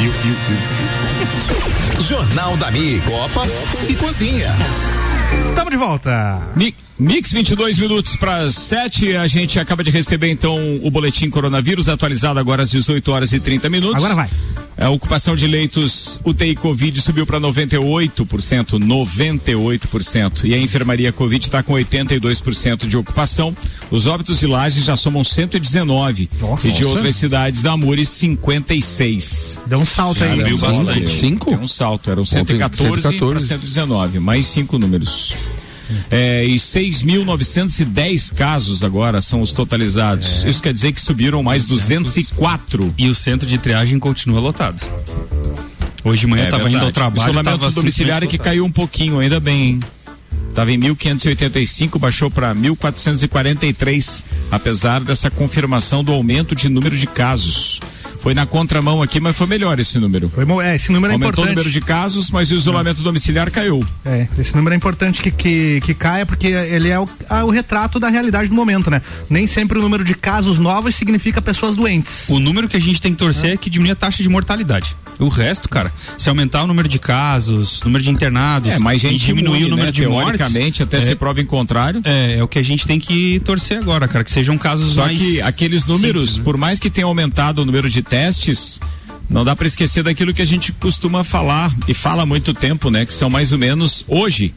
Jornal da Mix. Copa e Cozinha. Tamo de volta. Mi, Mix, vinte e dois minutos para as sete. A gente acaba de receber então o boletim coronavírus atualizado agora às dezoito horas e trinta minutos. Agora vai. A ocupação de leitos U T I Covid subiu para noventa e oito por cento, noventa e oito por cento. E a enfermaria Covid está com oitenta e dois por cento de ocupação. Os óbitos de Lages já somam cento e dezenove. Nossa, e de nossa. Outras cidades da Amures, cinquenta e seis. Deu um salto aí. Deu bastante. Cinco? Deu um salto. Eram cento e quatorze para cento e dezenove. Mais cinco números. É, e seis mil novecentos e dez casos agora são os totalizados. É. Isso quer dizer que subiram mais duzentos e quatro. E o centro de triagem continua lotado. Hoje de manhã estava é indo ao trabalho. O isolamento domiciliário que caiu um pouquinho, ainda bem, hein? Estava em mil quinhentos e oitenta e cinco, baixou para mil quatrocentos e quarenta e três, apesar dessa confirmação do aumento de número de casos. Foi na contramão aqui, mas foi melhor esse número. Foi, é, esse número é Aumentou importante. o número de casos, mas o isolamento domiciliar caiu. É, esse número é importante que, que, que caia, porque ele é o, é o retrato da realidade do momento, né? Nem sempre o número de casos novos significa pessoas doentes. O número que a gente tem que torcer é, é que diminua a taxa de mortalidade. O resto, cara, se aumentar o número de casos, número de internados, é, mais gente e diminuir imune, o número né? de mortes, teoricamente, até é, se prova em contrário. É, é o que a gente tem que torcer agora, cara, que sejam casos Só mais... Só que aqueles números, simples, né? Por mais que tenha aumentado o número de testes, não dá para esquecer daquilo que a gente costuma falar e fala há muito tempo, né? Que são mais ou menos, hoje,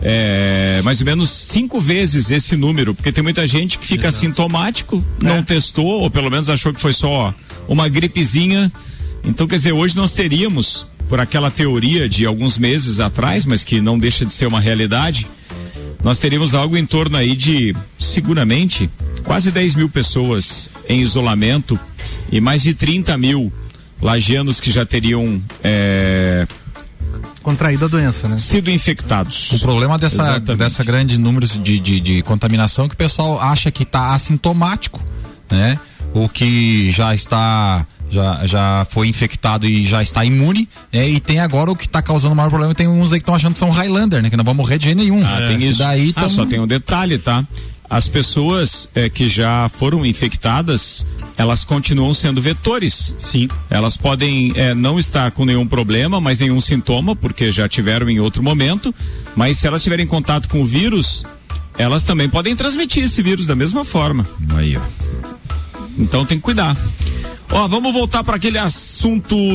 é, mais ou menos cinco vezes esse número, porque tem muita gente que fica Exato. assintomático, não é. testou, ou pelo menos achou que foi só uma gripezinha. Então, quer dizer, hoje nós teríamos, por aquela teoria de alguns meses atrás, mas que não deixa de ser uma realidade, nós teríamos algo em torno aí de, seguramente, quase dez mil pessoas em isolamento e mais de trinta mil lagianos que já teriam é, contraído a doença, né? Sido infectados. O problema dessa, dessa grande número de, de, de contaminação é que o pessoal acha que está assintomático, né? Ou que já está... Já, já foi infectado e já está imune, né? E tem agora o que está causando o maior problema, tem uns aí que estão achando que são Highlander, né? Que não vão morrer de jeito nenhum. Ah, é. tem isso. Daí ah, tão... só tem um detalhe, tá? As pessoas é, que já foram infectadas, elas continuam sendo vetores. Sim. Elas podem é, não estar com nenhum problema, mas nenhum sintoma, porque já tiveram em outro momento, mas se elas tiverem contato com o vírus, elas também podem transmitir esse vírus da mesma forma. Aí, ó. Então tem que cuidar. Ó, vamos voltar para aquele assunto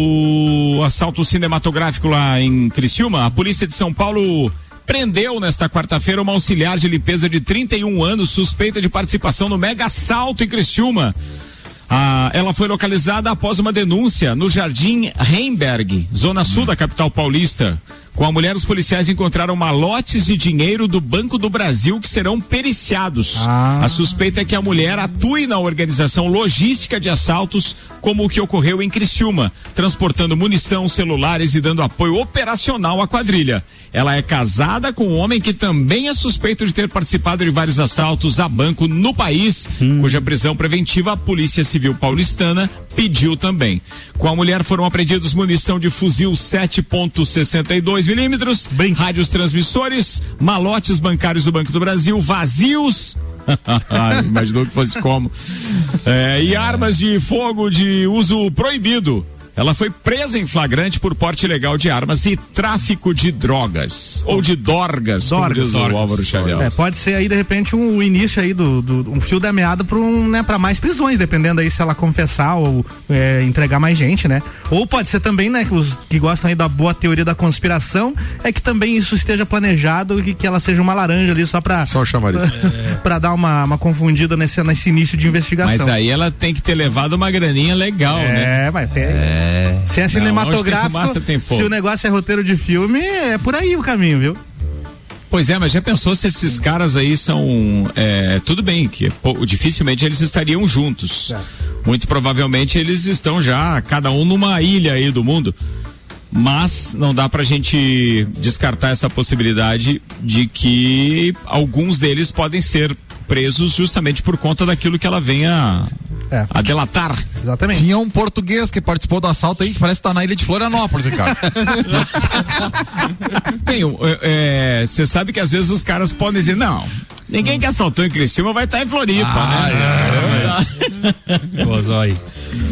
do assalto cinematográfico lá em Criciúma. A polícia de São Paulo prendeu nesta quarta-feira uma auxiliar de limpeza de trinta e um anos, suspeita de participação no mega assalto em Criciúma. Ah, ela foi localizada após uma denúncia no Jardim Heimberg, zona sul da capital paulista. Com a mulher, os policiais encontraram malotes de dinheiro do Banco do Brasil que serão periciados. Ah. A suspeita é que a mulher atue na organização logística de assaltos, como o que ocorreu em Criciúma, transportando munição, celulares e dando apoio operacional à quadrilha. Ela é casada com um homem que também é suspeito de ter participado de vários assaltos a banco no país, hum. cuja prisão preventiva a Polícia Civil paulistana pediu também. Com a mulher foram apreendidos munição de fuzil sete ponto sessenta e dois milímetros, rádios transmissores, malotes bancários do Banco do Brasil vazios. Imaginou que fosse como. É, e armas de fogo de uso proibido. Ela foi presa em flagrante por porte ilegal de armas e tráfico de drogas. Ou de dorgas, dorgas, como diz dorgas. o Álvaro Xavier. É, pode ser aí, de repente, um, um início aí do, do um fio da meada para um, né, para mais prisões, dependendo aí se ela confessar ou é, entregar mais gente, né? Ou pode ser também, né, que os que gostam aí da boa teoria da conspiração, é que também isso esteja planejado e que ela seja uma laranja ali só para só chamar isso. para dar uma, uma confundida nesse, nesse início de investigação. Mas aí ela tem que ter levado uma graninha legal, é, né? É, vai ter. É. Se é cinematográfico, não, tem se o negócio é roteiro de filme, é por aí o caminho, viu? Pois é, mas já pensou se esses caras aí são, é, tudo bem, que pô, dificilmente eles estariam juntos. É. Muito provavelmente eles estão já, cada um numa ilha aí do mundo. Mas não dá pra gente descartar essa possibilidade de que alguns deles podem ser presos justamente por conta daquilo que ela venha é. a delatar. Exatamente. Tinha um português que participou do assalto aí que parece estar tá na ilha de Florianópolis, cara. Tem, você é, sabe que às vezes os caras podem dizer, não, ninguém que assaltou em Criciúma vai estar tá em Floripa, ah, né? É, é, mas... Boa, zói.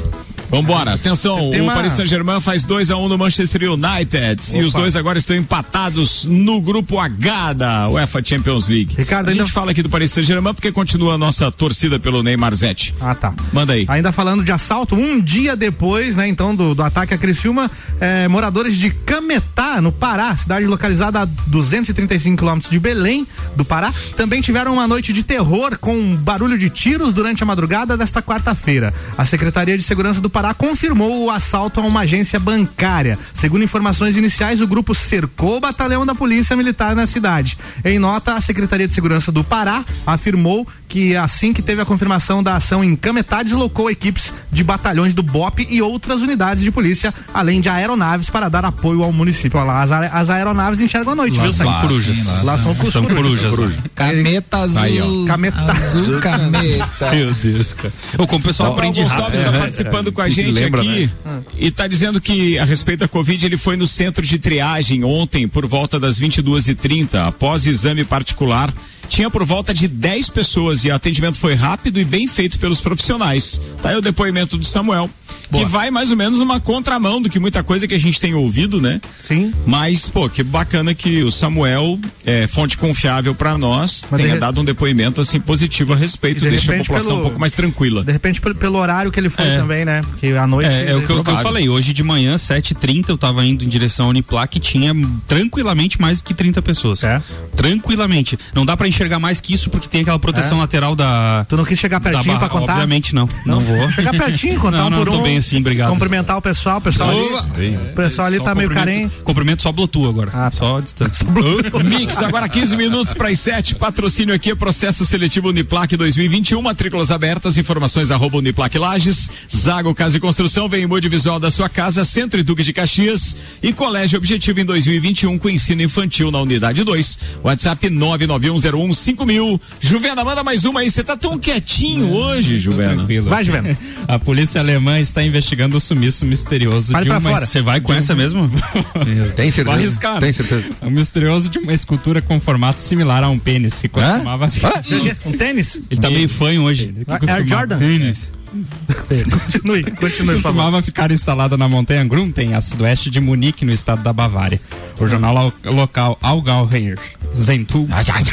Vambora, atenção, Tem o uma- Paris Saint-Germain faz dois a um no Manchester United. Opa. E os dois agora estão empatados no grupo H da UEFA Champions League. Ricardo, a ainda- gente fala aqui do Paris Saint-Germain porque continua a nossa torcida pelo Neymar Zete. Ah, tá. Manda aí. Ainda falando de assalto, um dia depois, né, então, do, do ataque a Criciúma, eh, moradores de Cametá, no Pará, cidade localizada a duzentos e trinta e cinco quilômetros de Belém, do Pará, também tiveram uma noite de terror com barulho de tiros durante a madrugada desta quarta-feira. A Secretaria de Segurança do Pará confirmou o assalto a uma agência bancária. Segundo informações iniciais, o grupo cercou o batalhão da Polícia Militar na cidade. Em nota, a Secretaria de Segurança do Pará afirmou que assim que teve a confirmação da ação em Cametá, deslocou equipes de batalhões do B O P e outras unidades de polícia, além de aeronaves para dar apoio ao município. Olha lá, as, a- as aeronaves enxergam à noite, Lá viu? são Sangue? corujas. Lá são, São corujas. Coruja. Cameta azul. Aí, ó. Cameta azul, cameta. Meu Deus, cara. Ô, como o pessoal Samuel aprende Gonçalves rápido. está É, participando com a que gente lembra, aqui né? e está dizendo que a respeito da Covid ele foi no centro de triagem ontem por volta das vinte e duas e trinta, após exame particular. Tinha por volta de dez pessoas e o atendimento foi rápido e bem feito pelos profissionais. Tá aí o depoimento do Samuel, Boa. que vai mais ou menos numa contramão do que muita coisa que a gente tem ouvido, né? Sim. Mas, pô, que bacana que o Samuel, é, fonte confiável para nós, Mas tenha de- dado um depoimento assim positivo a respeito, E de deixa a repente população pelo- um pouco mais tranquila. De repente, pelo, pelo horário que ele foi É. também, né? Porque à noite. É, é o que, eu- que eu provável. falei. Hoje de manhã, sete e trinta, eu tava indo em direção ao Uniplac e tinha tranquilamente mais do que trinta pessoas. É. Tranquilamente. Não dá pra enxergar mais que isso porque tem aquela proteção É. lateral da. Tu não quis chegar da pertinho barra. pra contar? Obviamente não. Não, vou. Chegar pertinho, contar Não, um não, por tô um. bem assim, obrigado. Cumprimentar o pessoal, o pessoal ali, o pessoal ali Só tá meio cumprimento- carente. Cumprimento só Bluetooth agora. Ah, tá. Só a distância. Mix, agora quinze minutos para as sete. Patrocínio aqui é processo seletivo Uniplac dois mil e vinte e um. Matrículas abertas, informações arroba Uniplac Lages. Zago Casa e Construção, vem em mude visual da sua casa, Centro e Duque de Caxias. E Colégio Objetivo em dois mil e vinte e um com ensino infantil na unidade dois. WhatsApp nove nove um zero um cinco mil. Juvena, manda mais uma aí. Você tá tão quietinho hoje, Juvena. Tranquilo. Vai, Juvena. A polícia alemã está investigando o sumiço misterioso Fale de pra uma. fora. Você vai com essa mesmo? Tem Vou certeza? arriscar. Tem certeza? O misterioso de uma escultura com formato similar a um pênis que costumava ficar. Um tênis? Ele tá meio fanho hoje. Que Air costumava- Jordan? Pênis. Continue, continue, por favor. Costumava ficar instalada na montanha Grunten, a sudoeste de Munique, no estado da Bavária. O jornal lo- local Allgäuer Zeitung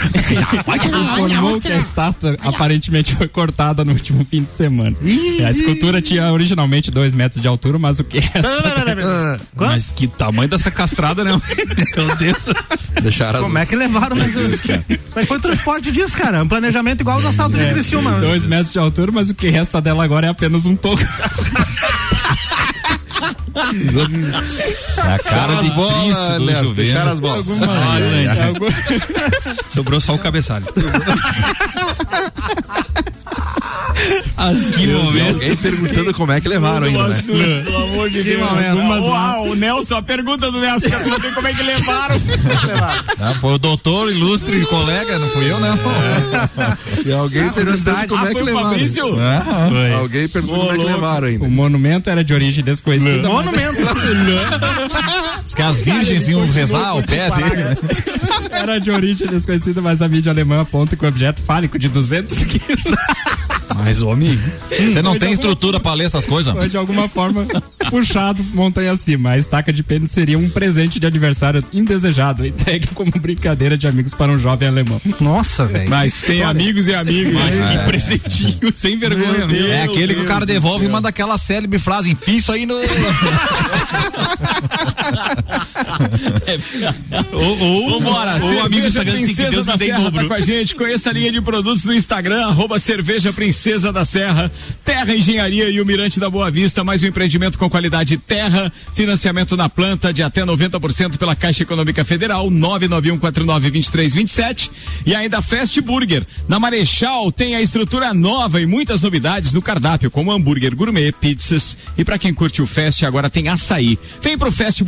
informou que a estátua aparentemente foi cortada no último fim de semana. A escultura tinha originalmente dois metros de altura, mas o que resta... Mas que tamanho dessa castrada, né? Meu Deus. Deixaram as Como é que levaram? Mas, como é que foi o transporte disso, cara? Um planejamento igual os assaltos de Criciúma. Dois metros de altura, mas o que resta dela agora é apenas um toco. A cara de Cristo do Léo, deixaram as Juvena. bolas. Olha, algum- Sobrou só o cabeçalho. As que momento. Alguém perguntando como é que levaram ainda, né? Pelo amor de Deus. momento. Uau, o Nelson, a pergunta do Nelson, quero saber como é que levaram. Ah, foi o doutor ilustre e colega, não fui eu, não. E alguém perguntando como Ah, é que foi o levaram. Fabrício? Foi. Alguém perguntando como é que levaram ainda. O monumento era de origem desconhecida. mas- Monumento. Diz que as virgens iam rezar ao pé dele, né? Era de origem desconhecida, mas a mídia alemã aponta que o objeto fálico de duzentos quilos Mas, homem, você não tem estrutura pra ler essas coisas? foi de alguma forma puxado montanha acima. A estaca de pênis seria um presente de aniversário indesejado, entregue como brincadeira de amigos para um jovem alemão. Nossa, velho. Mas tem amigos e amigos. Mas que presentinho, sem vergonha. Deus. É aquele que o cara Deus devolve e manda aquela célebre frase, enfia isso aí no... Ou, ou, Vambora, ou o amigo Cerveja chegando assim que Princesa Deus da me dê em Serra tá dobro. com a gente, conheça a linha de produtos no Instagram, arroba Cerveja Princesa da Serra, Terra Engenharia e o Mirante da Boa Vista, mais um empreendimento com qualidade Terra, financiamento na planta de até noventa por cento pela Caixa Econômica Federal, nove nove um quatro nove dois três dois sete, e ainda Fast Burger. Na Marechal tem a estrutura nova e muitas novidades no cardápio, como hambúrguer gourmet, pizzas, e para quem curte o Fast agora tem açaí. Vem pro Fast Burger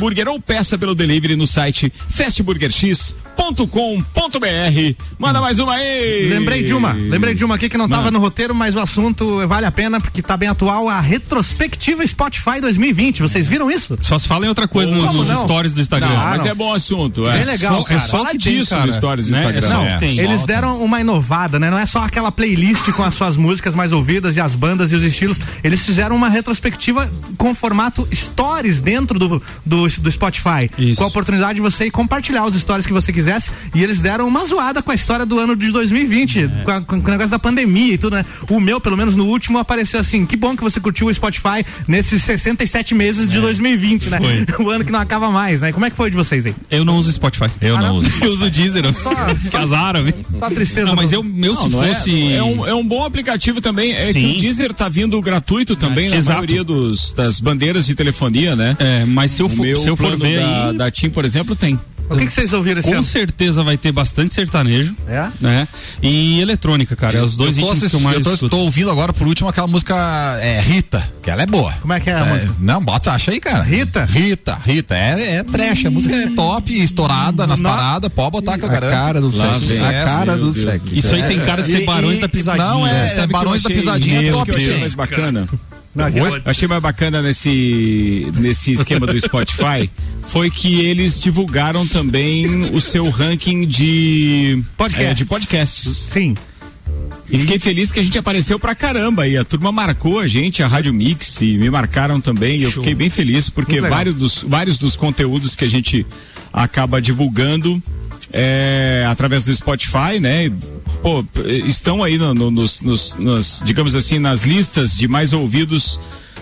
Burger ou peça pelo delivery no site fast burger x ponto com ponto b r. Manda mais uma aí. Lembrei de uma, lembrei de uma aqui que não estava no roteiro, mas o assunto vale a pena porque tá bem atual, a retrospectiva Spotify dois mil e vinte. Vocês viram isso? Só se fala em outra coisa Como nos não? stories do Instagram. Não, mas não. é bom assunto. É Bem legal, só, cara. é só Fala que disso, tem, cara, no stories do né? Instagram. É só É. que tem. Eles deram uma inovada, né? Não é só aquela playlist com as suas músicas mais ouvidas e as bandas e os estilos. Eles fizeram uma retrospectiva com formato stories dentro do, do, do Spotify. Isso. Com a oportunidade de você ir compartilhar os stories que você quisesse. E eles deram uma zoada com a história do ano de dois mil e vinte, É. com, a, com o negócio da pandemia e tudo, né? O meu, pelo menos no último, apareceu assim: que bom que você curtiu o Spotify nesses sessenta e sete meses de dois mil e vinte, né? Foi. O ano que não acaba mais, né? Como é que foi de vocês aí? Eu não uso Spotify. Eu Ah, não não? uso. Eu uso o Deezer. Só- Se casaram, hein? Só tristeza. Não, mas do- eu, meu, Não, se não é- fosse. é, um, é um bom aplicativo também. É Sim. que o Deezer tá vindo gratuito também na Exato. maioria dos, das bandeiras de telefonia, né? É, mas se eu O for, meu se eu for plano ver da, aí. da TIM, por exemplo, tem. O que, que vocês ouviram esse Com ano? certeza vai ter bastante sertanejo. É? Né? E eletrônica, cara. É os dois eu tô, ritmos que eu assistindo, mais eu tô, escuto. tô ouvindo agora por último aquela música é, Rita, que ela é boa. Como é que é a música? Não, bota, acha aí, cara. Rita? Rita, Rita, é, é trash, a música é top, estourada nas Não. paradas, pode botar que eu A garanto. cara do Lá sexo. vem. A cara Meu do Deus sexo. do Isso aí tem cara de ser E- Barões e- da Pisadinha. Não, é, Sabe é que Barões eu da achei- Pisadinha, Meu, top que eu achei dez. mais bacana. Não, aqui- Eu achei mais bacana nesse, nesse esquema do Spotify foi que eles divulgaram também o seu ranking de Podcasts. é, de podcasts. Sim. E fiquei feliz que a gente apareceu pra caramba e a turma marcou a gente, a Rádio Mix, e me marcaram também. E eu fiquei bem feliz porque Muito legal. vários dos, vários dos conteúdos que a gente acaba divulgando é, através do Spotify, né? Pô, estão aí no, no, nos, nos, nos, digamos assim, nas listas de mais ouvidos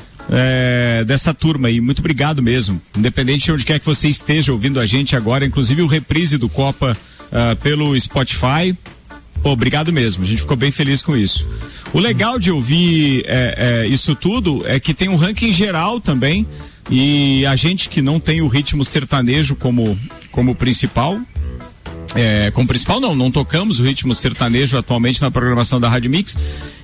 é, dessa turma aí. Muito obrigado mesmo. Independente de onde quer que você esteja ouvindo a gente agora, inclusive o reprise do Copa ah, pelo Spotify. Pô, obrigado mesmo, a gente ficou bem feliz com isso. O legal de ouvir é, é, isso tudo é que tem um ranking geral também, e a gente que não tem o ritmo sertanejo como, como principal, é, como principal não, não tocamos o ritmo sertanejo atualmente na programação da Rádio Mix,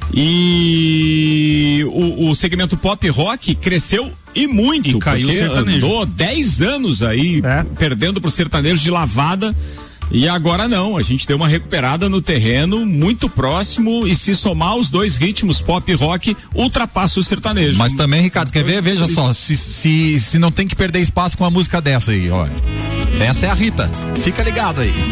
e o, o segmento pop rock cresceu e muito, E caiu o porque sertanejo. andou dez anos aí, É. perdendo pro sertanejo de lavada. E agora não, a gente deu uma recuperada no terreno muito próximo, e se somar os dois ritmos pop e rock, ultrapassa o sertanejo. Mas também, Ricardo, quer ver? Veja só, se, se, se não tem que perder espaço com uma música dessa aí, ó. Essa é a Rita. Fica ligado aí.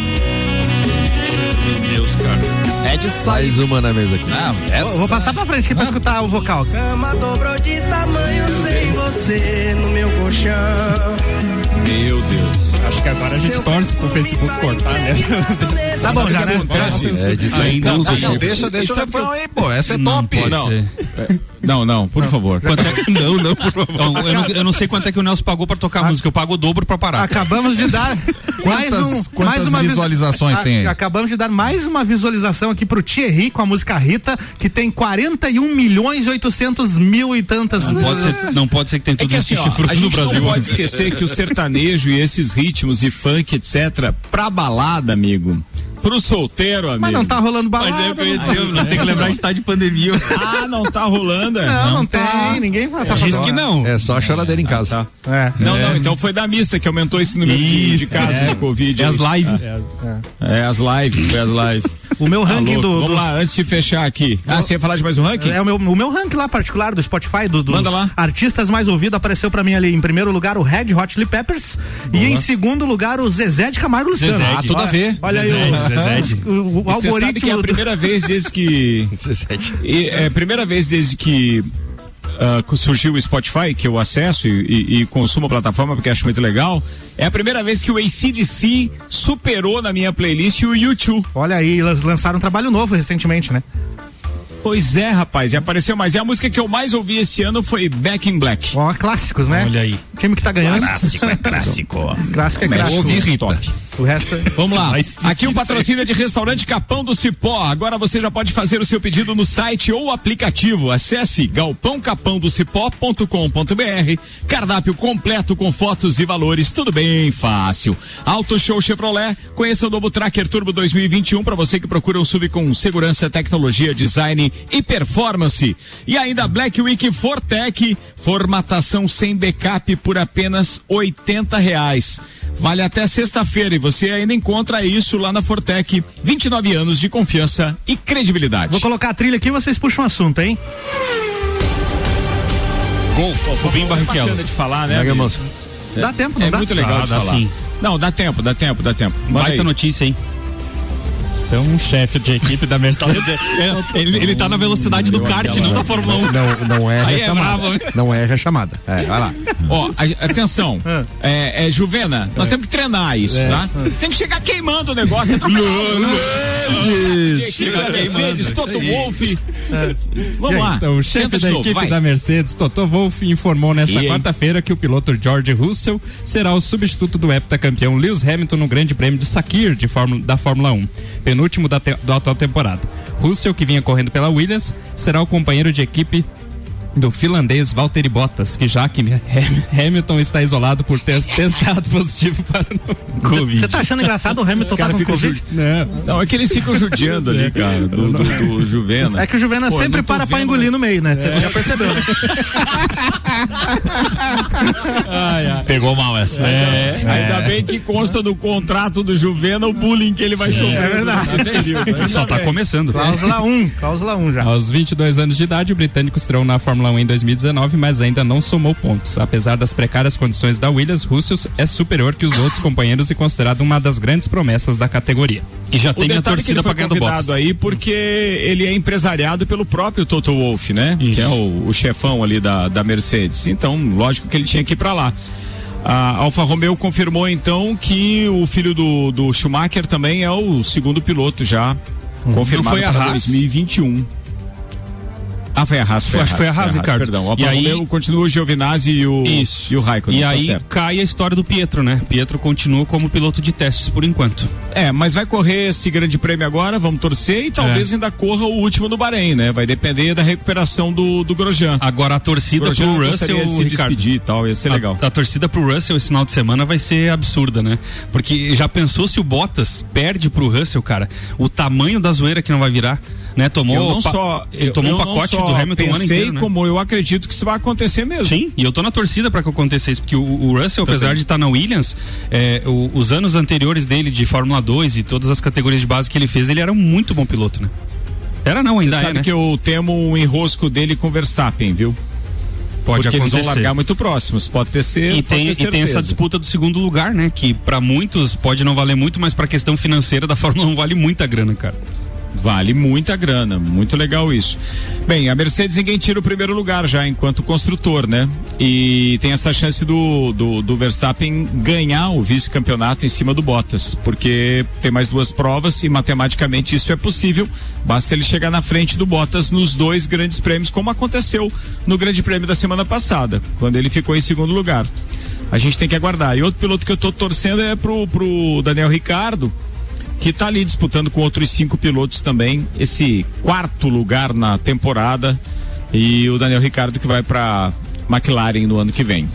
Meu Deus, cara. É de sair. Mais uma na mesa aqui. Não, Eu essa... vou passar pra frente aqui pra escutar o vocal. Cama dobrou de tamanho sem você no meu colchão. Meu Deus. Acho que agora a gente torce pro Facebook cortar, né? Tá bom já, né? É de Ainda ser não. Ah, não, deixa, deixa o refrão aí, pô. Essa é Não top. pode Não. ser. Não, não, por favor. Quanto é que... Não, não, por favor. Eu, eu não, eu não sei quanto é que o Nelson pagou pra tocar a música. Eu pago o dobro pra parar. Acabamos de dar mais Quantas- um, quantas mais uma visu- visualizações A- tem aí? Acabamos de dar mais uma visualização aqui pro Thierry com a música Rita, que tem quarenta e um milhões e oitocentos mil e tantas. Não pode ser, não pode ser que tem É tudo que isso assim, ó, chifrudo a no gente Brasil. não pode esquecer que o sertanejo e esses ritmos e funk, etcétera, pra balada, amigo, pro solteiro, amigo. Mas não tá rolando balada. Mas é o que eu ia não dizer, tá- nós temos que lembrar de estar de pandemia. Ah, não tá rolando, é? Não, não, tem, ninguém tá Diz fazendo. que não. É só a choradeira em casa. É. Não, não, então foi da missa que aumentou esse número de, de Isso, casos é. de Covid. É as aí. lives. É as lives, foi as lives. O meu Tá ranking louco. do, Vamos dos- lá, antes de fechar aqui. Ah, você ia falar de mais um ranking? É o meu, o meu ranking lá particular do Spotify, do- dos Manda lá. artistas mais ouvidos, apareceu pra mim ali em primeiro lugar o Red Hot Chili Peppers e em segundo lugar o Zezé de Camargo e Luciano. Zezé, Ah, tudo a ver. Olha aí Zezé, o, Zezé. o, o E você sabe que algoritmo é a do- primeira vez desde que e é a primeira vez desde que ah, surgiu o Spotify, que eu acesso e, e- e consumo a plataforma porque acho muito legal. É a primeira vez que o A C D C superou na minha playlist o U dois. Olha aí, elas lançaram um trabalho novo recentemente, né? Pois é, rapaz, e apareceu mais. E a música que eu mais ouvi esse ano foi Back in Black. Ó, clássicos, né? Olha aí. Time que tá ganhando. Clássico é clássico. Clássico é Mas clássico. ouvi Rita. Top. O resto é... Vamos lá. Aqui o um patrocínio é de Restaurante Capão do Cipó. Agora você já pode fazer o seu pedido no site ou aplicativo. Acesse galpão capão do cipó ponto com ponto br. Cardápio completo com fotos e valores, tudo bem fácil. Auto Show Chevrolet, conheça o novo Tracker Turbo dois mil e vinte e um para você que procura um S U V com segurança, tecnologia, design e performance. E ainda Black Week Fortec, formatação sem backup por apenas oitenta reais. Vale até sexta-feira e você ainda encontra isso lá na Fortec. vinte e nove anos de confiança e credibilidade. Vou colocar a trilha aqui e vocês puxam o assunto, hein? Golf, Rubinho Barrichello. É bacana de falar, né? É. Dá tempo, não é dá? É muito legal ah, de dá falar. Sim. Não, dá tempo, dá tempo, dá tempo. Baita notícia, hein? Então, um chefe de equipe da Mercedes. ele, ele tá na velocidade do kart, não da Fórmula um. Não, não é Aí rechamada. É bravo. Não é rechamada. É, vai lá. Ó, a, atenção. É, é Juvena, nós temos que treinar isso, É. tá? Você tem que chegar queimando o negócio. É Mercedes, Toto Wolff. Vamos lá. Então, o chefe Tenta de da novo, equipe vai. da Mercedes, Toto Wolff, informou nesta E aí? quarta-feira que o piloto George Russell será o substituto do heptacampeão Lewis Hamilton no Grande Prêmio de Sakir de Fórmula, da Fórmula um, penúltimo da, te, da atual temporada. Russell, que vinha correndo pela Williams, será o companheiro de equipe do finlandês Valtteri Bottas, que já que Hamilton está isolado por ter testado positivo para o Covid. Você tá achando engraçado o Hamilton tá com Covid? Ju... Não. Não, é que eles ficam judiando ali, cara, do, do, do Juvena. É que o Juvena Pô, sempre para pra engolir no meio, né? Você é. já percebeu, né? ai, ai. Pegou mal essa. É. É. Ainda bem que consta do contrato do Juvena o bullying que ele vai Sim, sofrer. É verdade. Ele só tá começando. Cláusula um, cláusula um já. Aos vinte e dois anos de idade, o britânico estreou na Fórmula um em dois mil e dezenove, mas ainda não somou pontos. Apesar das precárias condições da Williams, Russell é superior que os outros companheiros e considerado uma das grandes promessas da categoria. E já o tem a torcida pra ganhar do Bottas aí porque ele é empresariado pelo próprio Toto Wolff, né? Isso. Que é o, o chefão ali da, da Mercedes. Então, lógico que ele tinha que ir pra lá. A Alfa Romeo confirmou então que o filho do, do Schumacher também é o segundo piloto já hum. confirmado para dois mil e vinte e um. Ah, foi a Haas, foi, foi a Haas, Ricardo. Perdão. O e aí Romeo continua o Giovinazzi e o, Isso. e o Raikkonen. E tá aí certo. cai a história do Pietro, né? Pietro continua como piloto de testes por enquanto. É, mas vai correr esse grande prêmio agora, vamos torcer e talvez é. ainda corra o último no Bahrein, né? Vai depender da recuperação do, do Grosjean. Agora a torcida Grosjean pro Russell, se Ricardo, despedir e tal, ia ser a, legal. A torcida pro Russell esse final de semana vai ser absurda, né? Porque já pensou se o Bottas perde pro Russell, cara? O tamanho da zoeira que não vai virar, né? Tomou, eu não pa, só, ele tomou um pacote do Hamilton o ano inteiro, né? Como eu acredito que isso vai acontecer mesmo. Sim, e eu tô na torcida para que aconteça isso, porque o, o Russell, apesar Também. de estar tá na Williams, é, o, os anos anteriores dele de Fórmula dois e todas as categorias de base que ele fez, ele era um muito bom piloto, né? Era não, ainda Você sabe é, né? que eu temo um enrosco dele com o Verstappen, viu? Pode Porque acontecer. Eles vão largar muito próximos, pode ter ser, e tem, ter e tem essa disputa do segundo lugar, né? Que para muitos pode não valer muito, mas para questão financeira da Fórmula um vale muita grana, cara. Vale muita grana, muito legal isso. Bem, a Mercedes ninguém tira o primeiro lugar já enquanto construtor, né? E tem essa chance do, do, do Verstappen ganhar o vice-campeonato em cima do Bottas, porque tem mais duas provas e matematicamente isso é possível, basta ele chegar na frente do Bottas nos dois grandes prêmios, como aconteceu no grande prêmio da semana passada, quando ele ficou em segundo lugar. A gente tem que aguardar. E outro piloto que eu tô torcendo é pro, pro Daniel Ricciardo, que está ali disputando com outros cinco pilotos também esse quarto lugar na temporada, e o Daniel Ricciardo que vai para McLaren no ano que vem.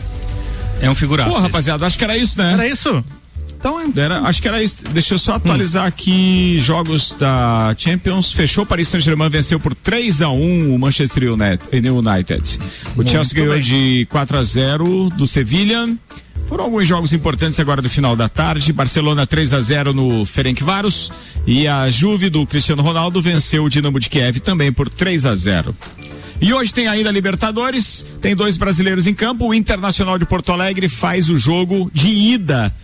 É um figuraço. Pô, rapaziada, acho que era isso, né? Era isso? Então, era, acho que era isso. Deixa eu só atualizar hum. aqui jogos da Champions. Fechou, Paris Saint-Germain venceu por três a um o Manchester United. O Muito Chelsea ganhou bem. de quatro a zero do Sevilla. Foram alguns jogos importantes agora do final da tarde. Barcelona três a zero no Ferencváros e a Juve do Cristiano Ronaldo venceu o Dinamo de Kiev também por três a zero. E hoje tem ainda Libertadores, tem dois brasileiros em campo. O Internacional de Porto Alegre faz o jogo de ida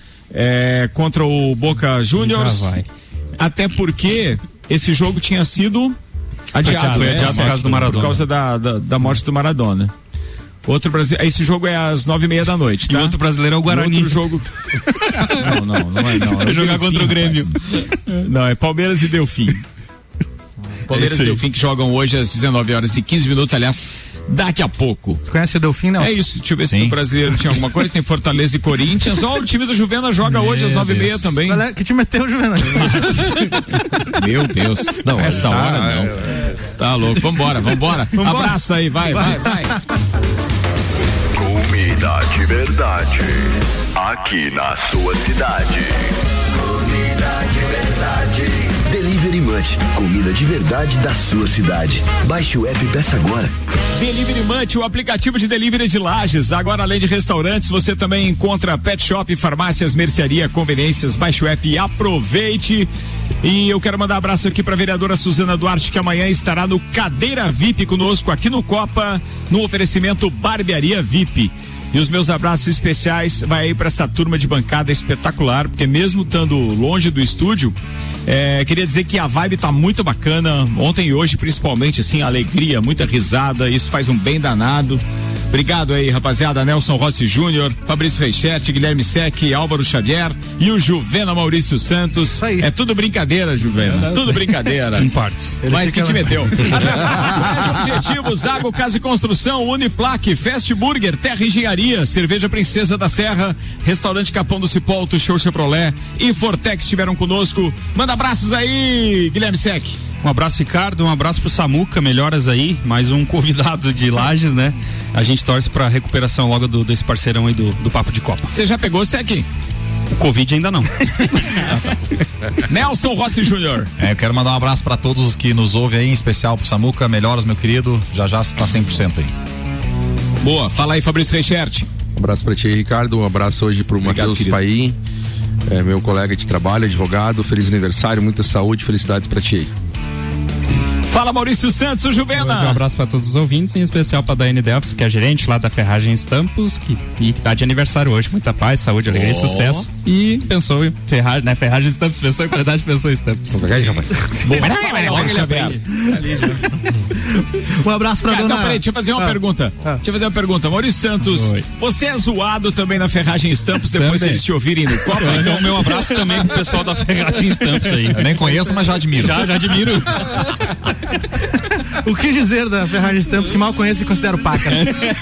é, contra o Boca Juniors. Até porque esse jogo tinha sido adiado, foi né? adiado por causa do Maradona. Por causa da, da, da morte do Maradona. Outro brasileiro. Esse jogo é às nove e meia da noite, tá? E outro brasileiro é o Guarani. E outro jogo. não, não, não é não. Vai é jogar Delfim, contra o Grêmio. Rapaz. Não, é Palmeiras e Delfim. Palmeiras e Delfim que jogam hoje às dezenove horas e quinze minutos. Aliás, daqui a pouco. Você conhece o Delfim, não? É isso, deixa eu ver Sim. se o brasileiro tinha alguma coisa. Tem Fortaleza e Corinthians. Ó, o time do Juvena joga hoje às nove e meia também. Galera, que time é teu, Juvenal? Meu Deus, não, essa tá, hora não. é, Tá louco, vambora, vambora. Vambora. Abraço aí, vai, vai, vai. Comida de verdade. Aqui na sua cidade. Comida de verdade. Delivery Munch, comida de verdade da sua cidade. Baixe o app e peça agora. Delivery Munch, o aplicativo de delivery de Lages. Agora, além de restaurantes, você também encontra pet shop, farmácias, mercearia, conveniências. Baixe o app e aproveite. E eu quero mandar um abraço aqui para a vereadora Suzana Duarte, que amanhã estará no Cadeira V I P conosco aqui no Copa, no oferecimento Barbearia V I P. E os meus abraços especiais vai aí para essa turma de bancada espetacular, porque mesmo estando longe do estúdio, é, queria dizer que a vibe tá muito bacana, ontem e hoje principalmente, assim, alegria, muita risada, isso faz um bem danado. Obrigado aí, rapaziada. Nelson Rossi Júnior, Fabrício Reichert, Guilherme Sec, Álvaro Xavier e o Juvena Maurício Santos. É tudo brincadeira, Juvena. Tudo brincadeira. Em partes. Mas que te meteu. Objetivo, Zago Casa e Construção, Uniplaque, Fast Burger, Terra Engenharia, Cerveja Princesa da Serra, Restaurante Capão do Cipó, Auto Show Chevrolet e Fortex estiveram conosco. Manda abraços aí, Guilherme Sec. Um abraço, Ricardo, um abraço pro Samuca, melhoras aí, mais um convidado de Lages, né? A gente torce pra recuperação logo do, desse parceirão aí do, do Papo de Copa. Você já pegou, Sec? O Covid ainda não. Nelson Rossi Júnior. É, eu quero mandar um abraço pra todos os que nos ouvem aí, em especial pro Samuca, melhoras, meu querido, já já tá cem por cento aí. Boa, fala aí, Fabrício Reichert. Um abraço pra ti, Ricardo, um abraço hoje pro Matheus Paim, é, meu colega de trabalho, advogado, feliz aniversário, muita saúde, felicidades pra ti. Fala, Maurício Santos, o Juvena. Um abraço para todos os ouvintes, em especial para a Daiane Delfos, que é a gerente lá da Ferragem Estampos, que e tá de aniversário hoje. Muita paz, saúde, alegria oh. e sucesso. E pensou em Ferragem, né? Ferragem Estampos, pensou em qualidade, pensou em Estampos. Um abraço pra Cara, dona... Não, peraí, deixa eu fazer uma ah. pergunta. Ah. Deixa eu fazer uma pergunta. Maurício Santos, Oi. você é zoado também na Ferragem Estampos depois Também. que eles te ouvirem no Copa? Então, meu abraço também pro pessoal da Ferragem Estampos aí. Eu nem conheço, mas já admiro. Já, já admiro. O que dizer da Ferragem Estampos que mal conheço e considero pacas?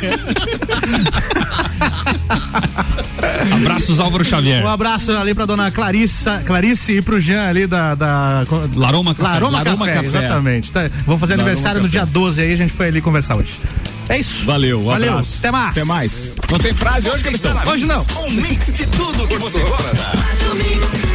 Abraços, Álvaro Xavier. Um abraço ali pra dona Clarissa, Clarice e pro Jean ali da, da Laroma Café. Laroma, Laroma Café, Café. exatamente. Tá, vamos fazer Laroma aniversário no Café. dia doze aí, a gente foi ali conversar hoje. É isso. Valeu, um Valeu. abraço. Até mais. Até mais. Não tem frase hoje, Capitão? Hoje não. Um mix de tudo que você gosta.